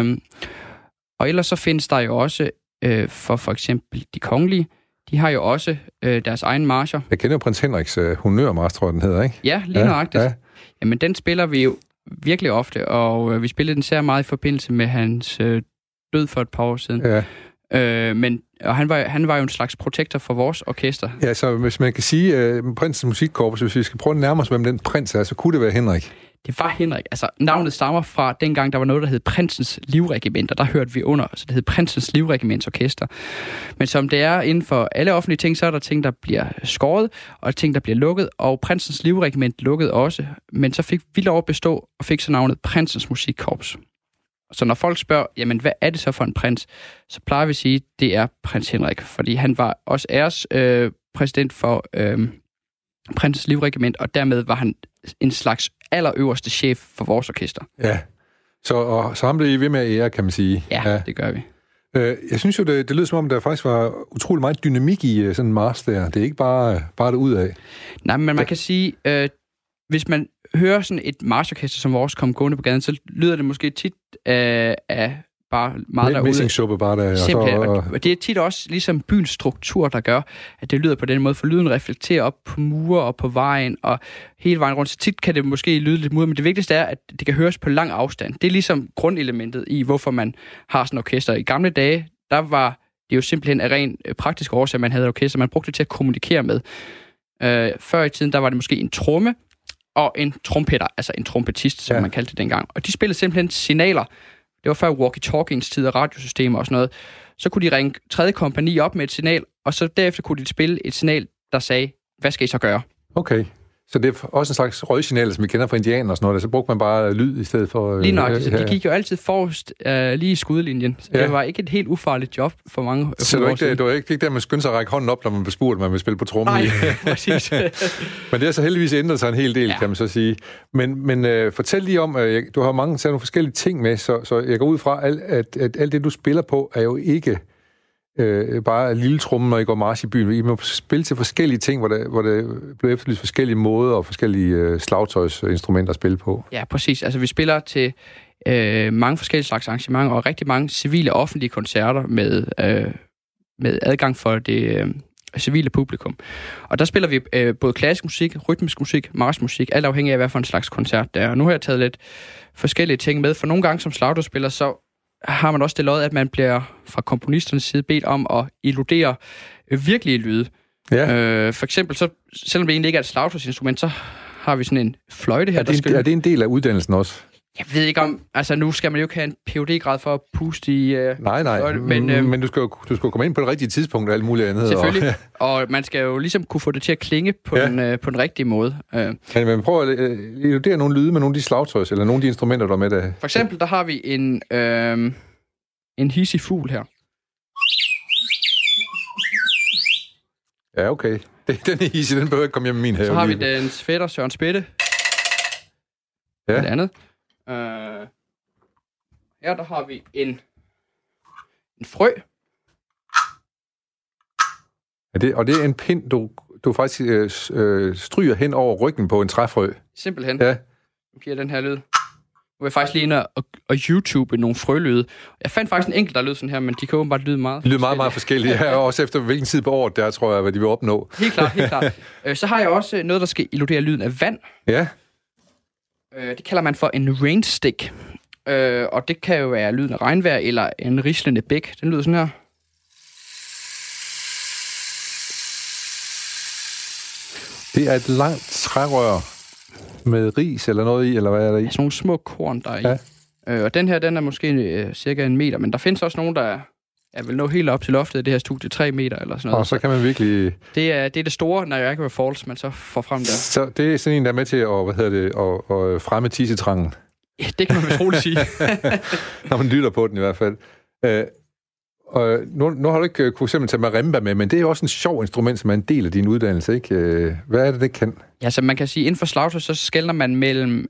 Speaker 2: Og ellers så findes der jo også for eksempel de kongelige. De har jo også deres egen marcher.
Speaker 1: Jeg kender jo prins Henriks honørmarch, tror jeg, den hedder, ikke?
Speaker 2: Ja, lige nøjagtigt. Ja. Jamen den spiller vi jo virkelig ofte, og vi spillede den særlig meget i forbindelse med hans død for et par år siden. Ja. Men han var jo en slags protektor for vores orkester. Ja,
Speaker 1: så hvis man kan sige Prinsens Musikkorps, hvis vi skal prøve at nærme os, hvem den prins er, så kunne det være Henrik.
Speaker 2: Det var Henrik. Altså, navnet stammer fra dengang, der var noget, der hed Prinsens Livregiment, og der hørte vi under, så det hed Prinsens Livregiments Orkester. Men som det er inden for alle offentlige ting, så er der ting, der bliver skåret, og ting, der bliver lukket, og Prinsens Livregiment lukkede også. Men så fik vi lov at bestå, og fik så navnet Prinsens Musikkorps. Så når folk spørger, jamen hvad er det så for en prins, så plejer vi at sige, det er prins Henrik, fordi han var også ærespræsident for Prinsens Livregiment, og dermed var han en slags allerøverste chef for vores orkester.
Speaker 1: Ja, så ham blev I ved med at ære, kan man sige.
Speaker 2: Ja, det gør vi.
Speaker 1: Jeg synes jo, det lyder som om, der faktisk var utrolig meget dynamik i sådan en march der. Det er ikke bare det ud af. Nej,
Speaker 2: men man kan sige, hvis man hører sådan et marchorkester som vores komme gående på gaden, så lyder det måske tit af bare meget derude.
Speaker 1: Messingsuppe bare der.
Speaker 2: Simpelthen. Og det er tit også ligesom byens struktur, der gør, at det lyder på den måde, for lyden reflekterer op på mure og på vejen, og hele vejen rundt. Så tit kan det måske lyde lidt mudret, men det vigtigste er, at det kan høres på lang afstand. Det er ligesom grundelementet i, hvorfor man har sådan et orkester. I gamle dage, der var det jo simpelthen af ren praktisk årsag, man havde et orkester. Man brugte det til at kommunikere med. Før i tiden, der var det måske en tromme og en trompeter, altså en trompetist, som man kaldte det dengang. Og de spillede simpelthen signaler. Det var før walkie-talkiens tid og radiosystemer og sådan noget. Så kunne de ringe 3. kompagni op med et signal, og så derefter kunne de spille et signal, der sagde, hvad skal I så gøre?
Speaker 1: Okay. Så det er også en slags røgsignal, som vi kender fra indianer og sådan noget, så brugte man bare lyd i stedet for...
Speaker 2: Lige nok, de gik jo altid forrest lige i skudlinjen. Så det var ikke et helt ufarligt job for mange.
Speaker 1: Så det var ikke der, man skyndte sig at række hånden op, når man blev spurgt, man vil spille på trommen.
Speaker 2: Nej, præcis.
Speaker 1: Men det har så heldigvis ændret sig en hel del, kan man så sige. Men fortæl lige om, du har nogle forskellige ting med, så jeg går ud fra, at alt det, du spiller på, er jo ikke... bare lille trummen, når I går march i byen. I må spille til forskellige ting, hvor der bliver efterlyst forskellige måder og forskellige slagtøjsinstrumenter at spille på.
Speaker 2: Ja, præcis. Altså, vi spiller til mange forskellige slags arrangementer og rigtig mange civile og offentlige koncerter med adgang for det civile publikum. Og der spiller vi både klassisk musik, rytmisk musik, marchmusik, alt afhængig af, hvad for en slags koncert det er. Og nu har jeg taget lidt forskellige ting med, for nogle gange som slagtøjspiller, så har man også det lod, at man bliver fra komponisternes side bedt om at illudere virkelige lyde. Ja. For eksempel, så, selvom det egentlig ikke er et slagtøjsinstrument, så har vi sådan en fløjte her.
Speaker 1: Er det en del af uddannelsen også?
Speaker 2: Jeg ved ikke om... Altså, nu skal man jo ikke have en Ph.D.-grad for at puste i...
Speaker 1: Nej, men du skal komme ind på det rigtige tidspunkt og alt muligt andet.
Speaker 2: Selvfølgelig, og man skal jo ligesom kunne få det til at klinge på den rigtige måde.
Speaker 1: Men prøv at illudere nogle lyde med nogle af de slagtøjs, eller nogle af de instrumenter, der er med der.
Speaker 2: For eksempel, der har vi en hissig fugl her.
Speaker 1: Ja, okay. Den er hissig, den behøver ikke komme hjem i min have.
Speaker 2: Så har vi dens fætter, Søren Spætte. Ja. Det andet. Her der har vi en frø.
Speaker 1: Og det er en pind, du faktisk stryger hen over ryggen på en træfrø.
Speaker 2: Simpelthen. Ja. Nu giver den her lyd. Nu vil jeg faktisk lige ind og YouTube nogle frølyde. Jeg fandt faktisk en enkelt, der lød sådan her, men de kan åbenbart lyde meget.
Speaker 1: De lyder meget, meget forskellige. Ja, også efter hvilken tid på året der, tror jeg, hvad de vil opnå.
Speaker 2: Helt klart. Så har jeg også noget, der skal illudere lyden af vand.
Speaker 1: Ja.
Speaker 2: Det kalder man for en rainstick. Og det kan jo være lyden af regnvejr eller en rislende bæk. Den lyder sådan her.
Speaker 1: Det er et langt trærør med ris eller noget i, eller hvad er der i?
Speaker 2: Sådan nogle små korn, der er i. Ja. Og den her, den er måske cirka 1 meter, men der findes også nogen, der vil nå helt op til loftet i det her studie, 3 meter eller sådan noget. Og
Speaker 1: så kan man virkelig...
Speaker 2: Det er det store Niagara Falls, man så får frem der.
Speaker 1: Så det er sådan en, der er med til at fremme tissetrangen.
Speaker 2: Ja, det kan man vist roligt sige.
Speaker 1: Når man lytter på den i hvert fald. Og nu har du ikke kunne simpelthen tage marimba med, men det er jo også en sjov instrument, som er en del af din uddannelse, ikke? Hvad er det kan?
Speaker 2: Ja, så man kan sige, inden for slagtøj, så skelner man mellem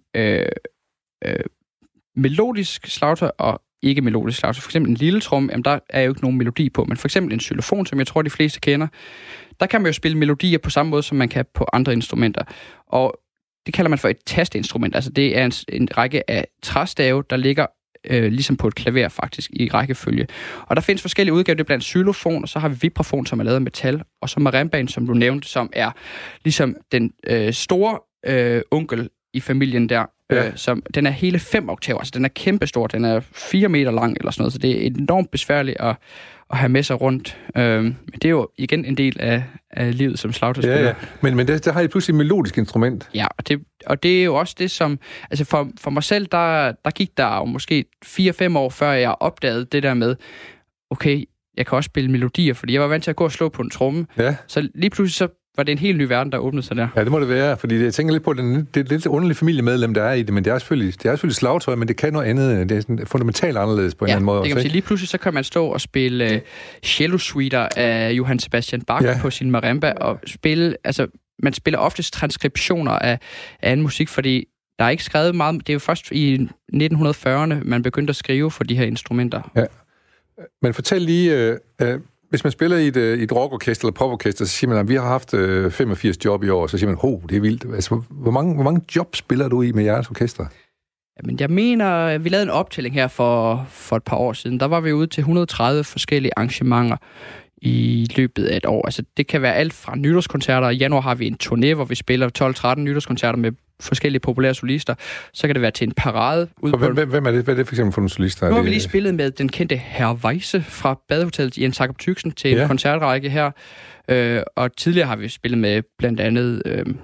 Speaker 2: melodisk slagtøj og ikke melodisk slagtøj. For eksempel en lille trum, jamen der er jo ikke nogen melodi på, men for eksempel en xylofon, som jeg tror, de fleste kender, der kan man jo spille melodier på samme måde, som man kan på andre instrumenter. Og det kalder man for et tasteinstrument. Altså det er en række af træstave, der ligger ligesom på et klaver faktisk i rækkefølge. Og der findes forskellige udgaver, det er blandt xylofon, og så har vi vibrafon, som er lavet af metal, og så marimbaen, som du nævnte, som er ligesom den store onkel i familien der. Som, den er hele 5 oktaver, altså den er kæmpestor, den er 4 meter lang eller sådan noget, så det er enormt besværligt at have med sig rundt. Men det er jo igen en del af livet som slagtøjspiller.
Speaker 1: Ja. Men der har I pludselig et melodisk instrument.
Speaker 2: Ja, og det er jo også det, som... Altså for mig selv, der gik der jo måske 4-5 år, før jeg opdagede det der med, okay, jeg kan også spille melodier, fordi jeg var vant til at gå og slå på en tromme. Ja. Så lige pludselig så var det en helt ny verden, der åbnede sig der. Ja,
Speaker 1: det må det være, fordi jeg tænker lidt på, det er et lidt underligt familiemedlem, der er i det, men det er selvfølgelig slagtøj, men det kan noget andet. Det er sådan fundamentalt anderledes på en eller anden måde.
Speaker 2: Det kan man sige. Lige pludselig så kan man stå og spille cello-suiter af Johann Sebastian Bach på sin marimba, og spille, altså man spiller oftest transkriptioner af anden musik, fordi der er ikke skrevet meget. Det er jo først i 1940'erne, man begyndte at skrive for de her instrumenter. Ja.
Speaker 1: Men fortæl lige... Hvis man spiller i et rockorkester eller poporkester, så siger man, at vi har haft 85 job i år, så siger man, det er vildt. Altså, hvor mange job spiller du i med jeres orkester?
Speaker 2: Jamen, jeg mener, vi lavede en optælling her for et par år siden. Der var vi ude til 130 forskellige arrangementer i løbet af et år. Altså, det kan være alt fra nytårskoncerter. I januar har vi en turné, hvor vi spiller 12-13 nytårskoncerter med forskellige populære solister. Så kan det være til en parade.
Speaker 1: Hvem er det? Hvad er det for eksempel for nogle solister?
Speaker 2: Nu har vi lige spillet med den kendte Herr Weisse fra Badehotellet Jens Jakob Tyksen til en koncertrække her. Og tidligere har vi spillet med blandt andet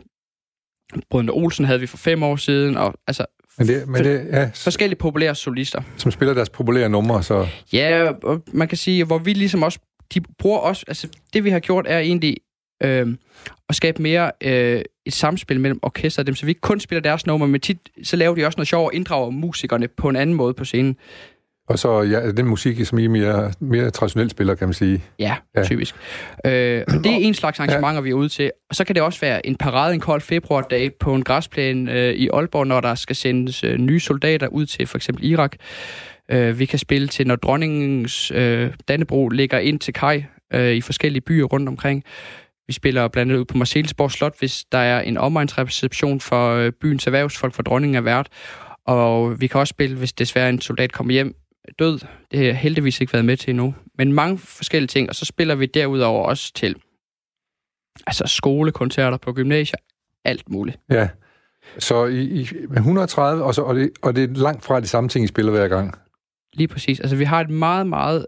Speaker 2: Brødrene Olsen havde vi for 5 år siden. Og altså forskellige populære solister.
Speaker 1: Som spiller deres populære numre, så...
Speaker 2: Ja, og man kan sige, hvor vi ligesom også... De bruger også... Altså, det vi har gjort er egentlig og skabe mere et samspil mellem orkester og dem, så vi ikke kun spiller deres nummer, men tit så laver de også noget sjovt og inddrager musikerne på en anden måde på scenen.
Speaker 1: Og så den musik, som I mere traditionelt spiller, kan man sige.
Speaker 2: Ja. Typisk. Og det er en slags arrangementer, vi er ude til. Og så kan det også være en parade en kold februardag på en græsplæne i Aalborg, når der skal sendes nye soldater ud til for eksempel Irak. Vi kan spille til, når dronningens Dannebrog ligger ind til kaj i forskellige byer rundt omkring. Vi spiller blandt andet ud på Marselisborg Slot, hvis der er en omegnsreception for byens erhvervsfolk, for dronningen er vært. Og vi kan også spille, hvis desværre en soldat kommer hjem død. Det har jeg heldigvis ikke været med til endnu. Men mange forskellige ting, og så spiller vi derudover også til skolekoncerter på gymnasier. Alt muligt.
Speaker 1: Ja. Så i 130, og det er langt fra de samme ting, I spiller hver gang.
Speaker 2: Lige præcis. Altså, vi har et meget, meget,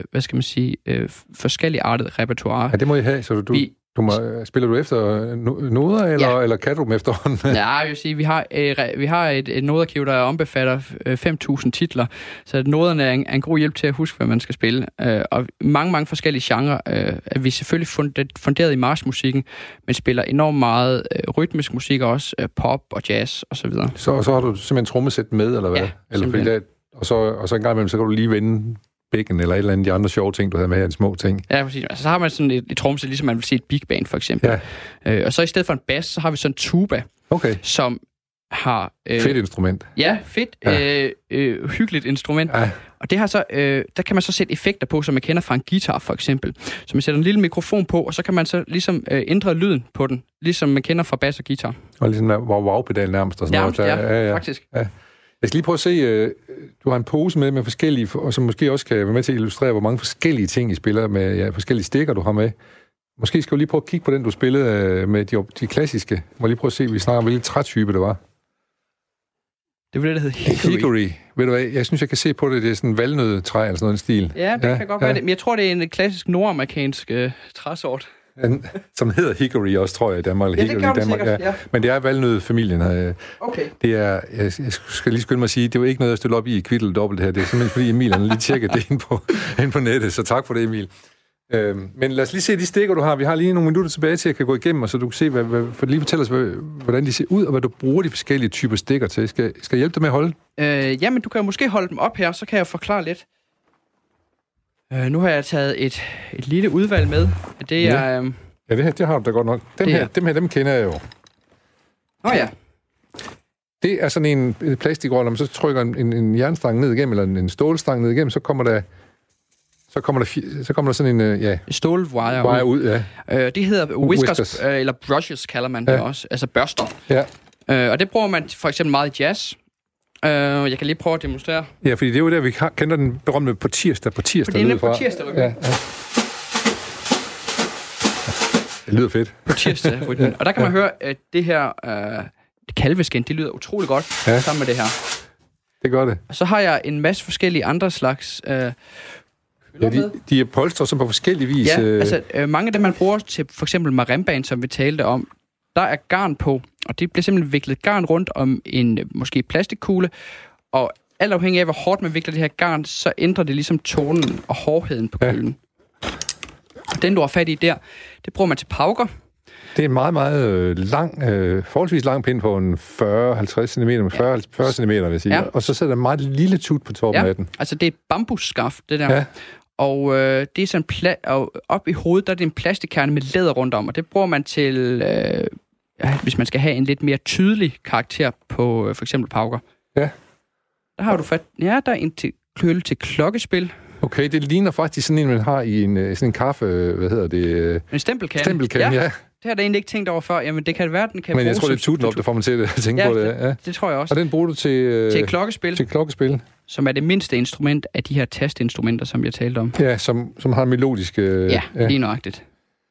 Speaker 2: forskelligartet repertoire.
Speaker 1: Ja, det må I have, så spiller du efter noder, eller kan du dem efterhånden?
Speaker 2: Ja, jeg vil sige, vi har et noderkiv, der ombefatter 5.000 titler, så noderne er en god hjælp til at huske, hvad man skal spille. Og mange forskellige genrer er vi selvfølgelig funderet i marchmusikken, men spiller enormt meget rytmisk musik også, pop og jazz og så videre. Så
Speaker 1: har du simpelthen trommesæt med, eller hvad?
Speaker 2: Ja,
Speaker 1: eller og så en gang imellem, så kan du lige vende bækken, eller et eller andet de andre sjove ting, du havde med her, de små ting.
Speaker 2: Ja, præcis. Altså, så har man sådan et trommesæt, ligesom man vil se et big band, for eksempel. Ja. Og så i stedet for en bass, så har vi sådan en tuba, som har...
Speaker 1: fedt instrument.
Speaker 2: Ja, fedt. Ja. Hyggeligt instrument. Ja. Og det har så, der kan man så sætte effekter på, som man kender fra en guitar, for eksempel. Så man sætter en lille mikrofon på, og så kan man så ligesom ændre lyden på den, ligesom man kender fra bass og guitar. Og ligesom
Speaker 1: wow-pedal nærmest. Og sådan
Speaker 2: noget. Ja, faktisk. Ja.
Speaker 1: Jeg skal lige prøve at se, du har en pose med forskellige, og som måske også kan være med til at illustrere, hvor mange forskellige ting I spiller med, forskellige stikker, du har med. Måske skal du lige prøve at kigge på den, du spillede med de klassiske. Må lige prøve at se, vi snakker om, hvilken trætype det var.
Speaker 2: Det var det, der hed Hickory.
Speaker 1: Ved du hvad, jeg synes, jeg kan se på det, det er sådan en valnødetræ eller sådan noget stil.
Speaker 2: Ja, det kan godt være det. Men jeg tror, det er en klassisk nordamerikansk træsort.
Speaker 1: Som hedder Hickory også, tror jeg, i Danmark.
Speaker 2: Ja, det gør det sikkert, ja.
Speaker 1: Men det er valnødefamilien.
Speaker 2: Okay.
Speaker 1: Det er, jeg skal lige skynde mig at sige, det var ikke noget, jeg stille op i Kvittel dobbelt her. Det er simpelthen, fordi Emil lige tjekket det ind på nettet, så tak for det, Emil. Men lad os lige se de stikker, du har. Vi har lige nogle minutter tilbage til, at jeg kan gå igennem, og så du kan se, for lige fortælle os, hvordan de ser ud, og hvad du bruger de forskellige typer stikker til. Skal jeg hjælpe dig med at holde?
Speaker 2: Jamen, du kan jo måske holde dem op her, så kan jeg forklare lidt. Nu har jeg taget et lille udvalg med. Det er...
Speaker 1: Ja, det har du da godt nok. Dem kender jeg jo.
Speaker 2: Ja.
Speaker 1: Det er sådan en plastikrolle, om så trykker en jernstang ned igennem, eller en stålstang ned igennem, så kommer der sådan en
Speaker 2: stålwire
Speaker 1: ud. Ja.
Speaker 2: Det hedder whiskers, eller brushes kalder man det også, altså børster. Ja. Og det bruger man for eksempel meget i jazz. Jeg kan lige prøve at demonstrere.
Speaker 1: Ja, fordi det er jo der, vi kender den berømte på tirsdag. På tirsdag
Speaker 2: lyder fra. På tirsdag,
Speaker 1: ja. Det lyder fedt.
Speaker 2: På tirsdag. Og der kan man høre, at det her kalveskin, det lyder utrolig godt sammen med det her.
Speaker 1: Det gør det.
Speaker 2: Og så har jeg en masse forskellige andre slags...
Speaker 1: de er polstret som på forskellige vis.
Speaker 2: Ja, altså mange af dem, man bruger til for eksempel marimbaen, som vi talte om, der er garn på, og det bliver simpelthen viklet garn rundt om en måske plastikkugle, og alt afhængig af, hvor hårdt man vikler det her garn, så ændrer det ligesom tonen og hårdheden på kuglen. Og den, du har fat i der, det bruger man til pauker.
Speaker 1: Det er en meget, meget forholdsvis lang pind på en 40-50 cm, 40 cm, vil jeg sige. Ja. Og så sætter der meget lille tut på toppen af den.
Speaker 2: Altså det er et bambusskaft, det der. Ja. Og det er sådan og op i hovedet, der er det en plastikkerne med læder rundt om, og det bruger man til, hvis man skal have en lidt mere tydelig karakter på for eksempel pauker.
Speaker 1: Ja.
Speaker 2: Der har du fat. Ja, der er en køle til klokkespil.
Speaker 1: Okay, det ligner faktisk sådan en, man har i sådan en kaffe,
Speaker 2: en stempelkande.
Speaker 1: Stempelkande, ja.
Speaker 2: Det har jeg egentlig ikke tænkt over før. Jamen, det kan være, den kan bruges.
Speaker 1: Men jeg tror, det er tuten op, der får man til at tænke på det.
Speaker 2: Ja, det tror jeg også.
Speaker 1: Og den bruger du til
Speaker 2: klokkespil.
Speaker 1: Til klokkespil.
Speaker 2: Som er det mindste instrument af de her tastinstrumenter, som jeg talte om.
Speaker 1: Ja, som har melodiske...
Speaker 2: Ja, lige nøjagtigt.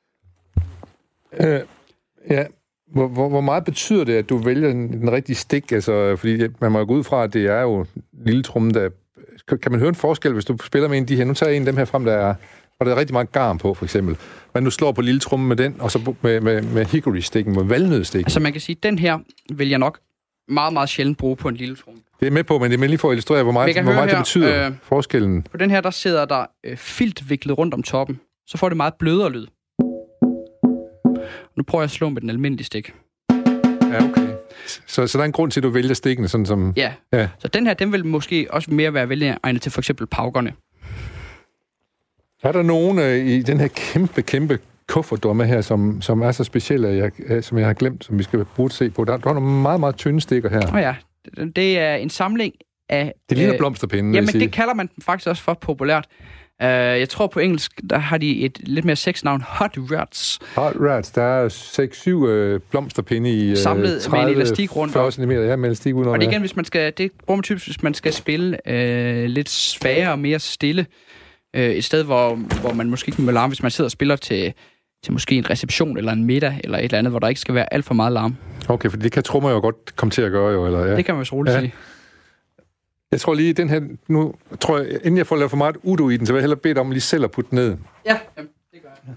Speaker 1: Ja. Hvor meget betyder det, at du vælger den rigtige stik? Altså, fordi man må gå ud fra, at det er jo lille tromme, der... Kan man høre en forskel, hvis du spiller med en af de her? Nu tager jeg en af dem her frem, hvor der er rigtig meget garn på, for eksempel. Men du slår på lille tromme med den, og så med hickory-stikken, med valnødstikken.
Speaker 2: Altså man kan sige, at den her vil jeg nok meget, meget sjældent bruge på en lille tromme.
Speaker 1: Det er med på, men det er lige for at illustrere, hvor meget det betyder, forskellen.
Speaker 2: På den her, der sidder der filt viklet rundt om toppen. Så får det meget blødere lyd. Nu prøver jeg at slå med den almindelige stik.
Speaker 1: Ja, okay. Så der er en grund til, at du vælger stikkene, sådan som...
Speaker 2: Ja. Så den her, den vil måske også mere være velegnet til for eksempel paukerne.
Speaker 1: Er der nogen i den her kæmpe kuffert, du har med her, som er så specielle, som jeg har glemt, som vi skal bruge at se på? Der er nogle meget, meget tynde stikker her.
Speaker 2: Ja, det er en samling af...
Speaker 1: Det ligner blomsterpinde,
Speaker 2: jamen, det kalder man faktisk også for populært. Jeg tror på engelsk, der har de et lidt mere sexnavn, Hot Rats.
Speaker 1: Hot Rats, der er 6-7 blomsterpinde i
Speaker 2: samlet
Speaker 1: 30,
Speaker 2: med en elastik rundt
Speaker 1: 40 cm, ja, med elastik udenom.
Speaker 2: Og det igen, hvis man skal, det bruger man typisk, hvis man skal spille lidt svagere og mere stille. Et sted, hvor man måske ikke må larme, hvis man sidder og spiller til måske en reception eller en middag eller et eller andet, hvor der ikke skal være alt for meget larm.
Speaker 1: Okay, for det kan trommer jo godt komme til at gøre, jo. Eller, ja.
Speaker 2: Det kan man jo så roligt sige.
Speaker 1: Jeg tror lige, den her... Nu tror jeg, inden jeg får lavet for meget udo i den, så vil jeg hellere bede dig om lige selv at putte den ned.
Speaker 2: Ja, jamen, det gør jeg.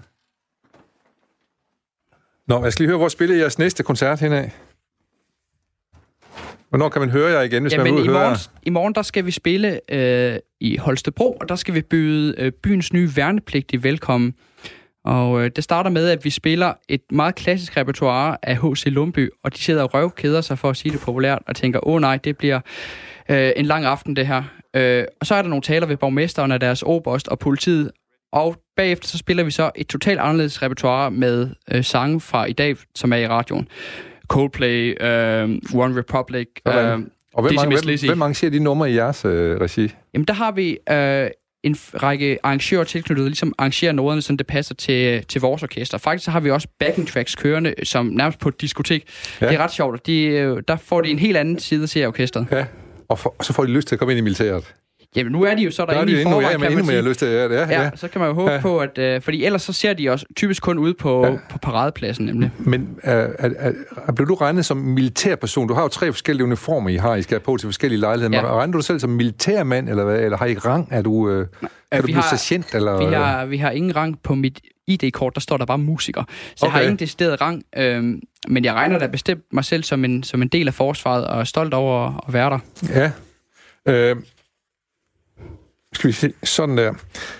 Speaker 1: Nå, jeg skal lige høre, hvor spiller jeres næste koncert henad? Hvornår kan man høre jer igen, hvis man vil høre?
Speaker 2: I morgen, der skal vi spille i Holstebro, og der skal vi byde byens nye værnepligtige velkommen. Og det starter med, at vi spiller et meget klassisk repertoire af H.C. Lundby, og de sidder og røvkeder sig for at sige det populært, og tænker, nej, det bliver en lang aften, det her. Og så er der nogle taler ved borgmesteren af deres oberst og politiet, og bagefter så spiller vi så et totalt anderledes repertoire med sange fra i dag, som er i radioen. Coldplay, One Republic,
Speaker 1: og hvem arrangerer de numre i jeres regi?
Speaker 2: Jamen, der har vi en række arrangører tilknyttet, ligesom arrangerer noderne, så det passer til vores orkester. Faktisk så har vi også backing tracks kørende, som nærmest på et diskotek. Ja. Det er ret sjovt, og der får de en helt anden side til orkestret.
Speaker 1: Ja, og så får de lyst til at komme ind i militæret.
Speaker 2: Jamen, nu er de jo så derinde i forvejen, kan man sige.
Speaker 1: Mere lyst til det.
Speaker 2: Ja, så kan man jo håbe på, at... fordi ellers så ser de også typisk kun ude på paradepladsen, nemlig.
Speaker 1: Men blev du regnet som militærperson? Du har jo 3 forskellige uniformer, I har. I skal have på til forskellige lejligheder. Men regner du selv som militærmand, eller hvad? Eller har I rang? Er du blevet sergeant? Eller?
Speaker 2: Vi har ingen rang på mit ID-kort. Der står der bare musiker. Så jeg har ingen decideret rang. Men jeg regner da bestemt mig selv som en del af forsvaret, og er stolt over at være der.
Speaker 1: Ja. Skal vi se, sådan der.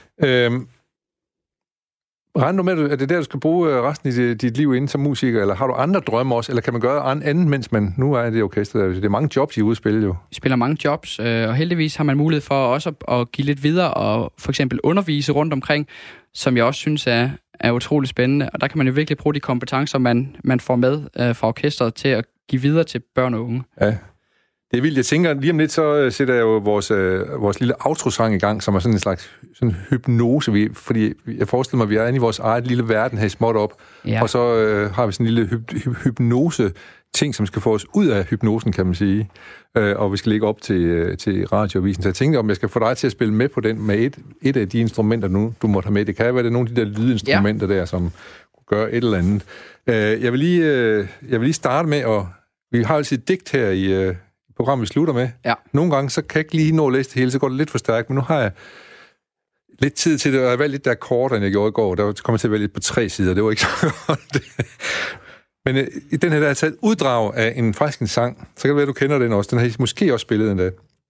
Speaker 1: Regner du med, at det er der, du skal bruge resten af dit liv inden som musiker, eller har du andre drømme også, eller kan man gøre andet, mens man nu er i det orkester? Det er mange jobs, I udspiller jo. Vi
Speaker 2: spiller mange jobs, og heldigvis har man mulighed for også at give lidt videre, og for eksempel undervise rundt omkring, som jeg også synes er utrolig spændende, og der kan man jo virkelig bruge de kompetencer, man får med fra orkestret til at give videre til børn og unge.
Speaker 1: Ja. Det er vildt. Jeg tænker, lige om lidt, så sætter jeg jo vores lille outrosang i gang, som er sådan en slags hypnose. Fordi jeg forestiller mig, at vi er inde i vores eget lille verden her småt op. Ja. Og så har vi sådan en lille hypnose-ting, som skal få os ud af hypnosen, kan man sige. Og vi skal lægge op til radioavisen. Så jeg tænkte, om jeg skal få dig til at spille med på den med et af de instrumenter, du måtte have med. Det kan være, det er nogle af de der lydinstrumenter der, som gør et eller andet. Jeg vil lige starte med at... Vi har altid et digt her i... programmet, vi slutter med. Ja. Nogle gange, så kan jeg ikke lige nå at læse det hele, så går det lidt for stærkt, men nu har jeg lidt tid til det, og jeg har valgt lidt der kortere, end jeg gjorde i går. Der kom jeg til at vælge på 3 sider, det var ikke så godt. Men i den her, der er taget uddrag af en sang, så kan det være, du kender den også. Den har I måske også spillet endda.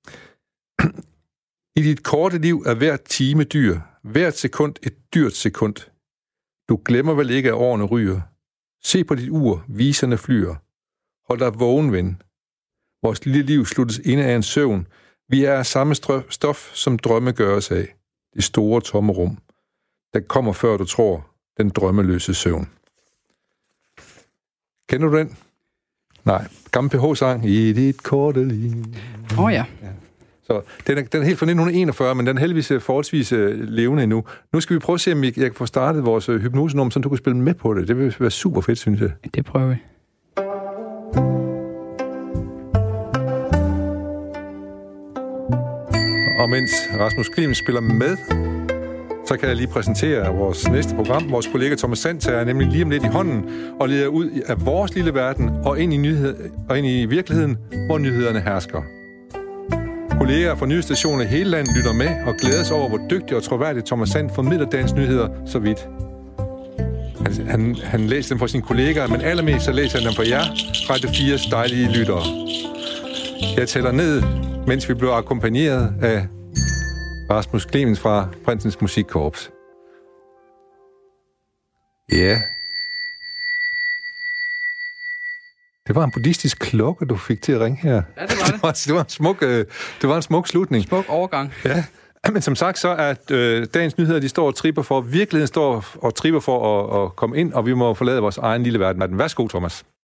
Speaker 1: I dit korte liv er hver time dyr, hvert sekund et dyrt sekund. Du glemmer vel ikke, at årene ryger. Se på dit ur, viserne flyer. Hold dig vågen, ven. Vores lille liv sluttes inde af en søvn. Vi er af samme stof, som drømme gøres af. Det store tomme rum. Der kommer før du tror, den drømmeløse søvn. Kender du den? Nej. Gammel PH-sang. I dit korte liv.
Speaker 2: Ja.
Speaker 1: Så den er helt fra 1941, men den er heldigvis forholdsvis levende endnu. Nu skal vi prøve at se, om jeg kan få startet vores hypnosenummer, så du kan spille med på det. Det vil være super fedt, synes jeg.
Speaker 2: Det prøver vi.
Speaker 1: Og mens Rasmus Clemens spiller med, så kan jeg lige præsentere vores næste program. Vores kollega Thomas Sand tager nemlig lige om lidt i hånden og leder ud af vores lille verden og ind i virkeligheden, hvor nyhederne hersker. Kolleger fra nye stationer i hele landet lytter med og glæder sig over, hvor dygtig og troværdig Thomas Sand formidler dagens nyheder så vidt. Han læser dem for sine kollegaer, men allermest så læser han dem for jer, Radio 4's dejlige lyttere. Jeg tæller ned, mens vi bliver akkompagneret af Rasmus Clemens fra Prinsens Musikkorps. Ja. Det var en buddhistisk klokke, du fik til at ringe her.
Speaker 2: Ja, det var det.
Speaker 1: Det var en smuk slutning.
Speaker 2: Smuk overgang.
Speaker 1: Ja, men som sagt, så er dagens nyheder, de står og tripper for, virkeligheden står og tripper for at komme ind, og vi må forlade vores egen lille verden. Værsgo, Thomas.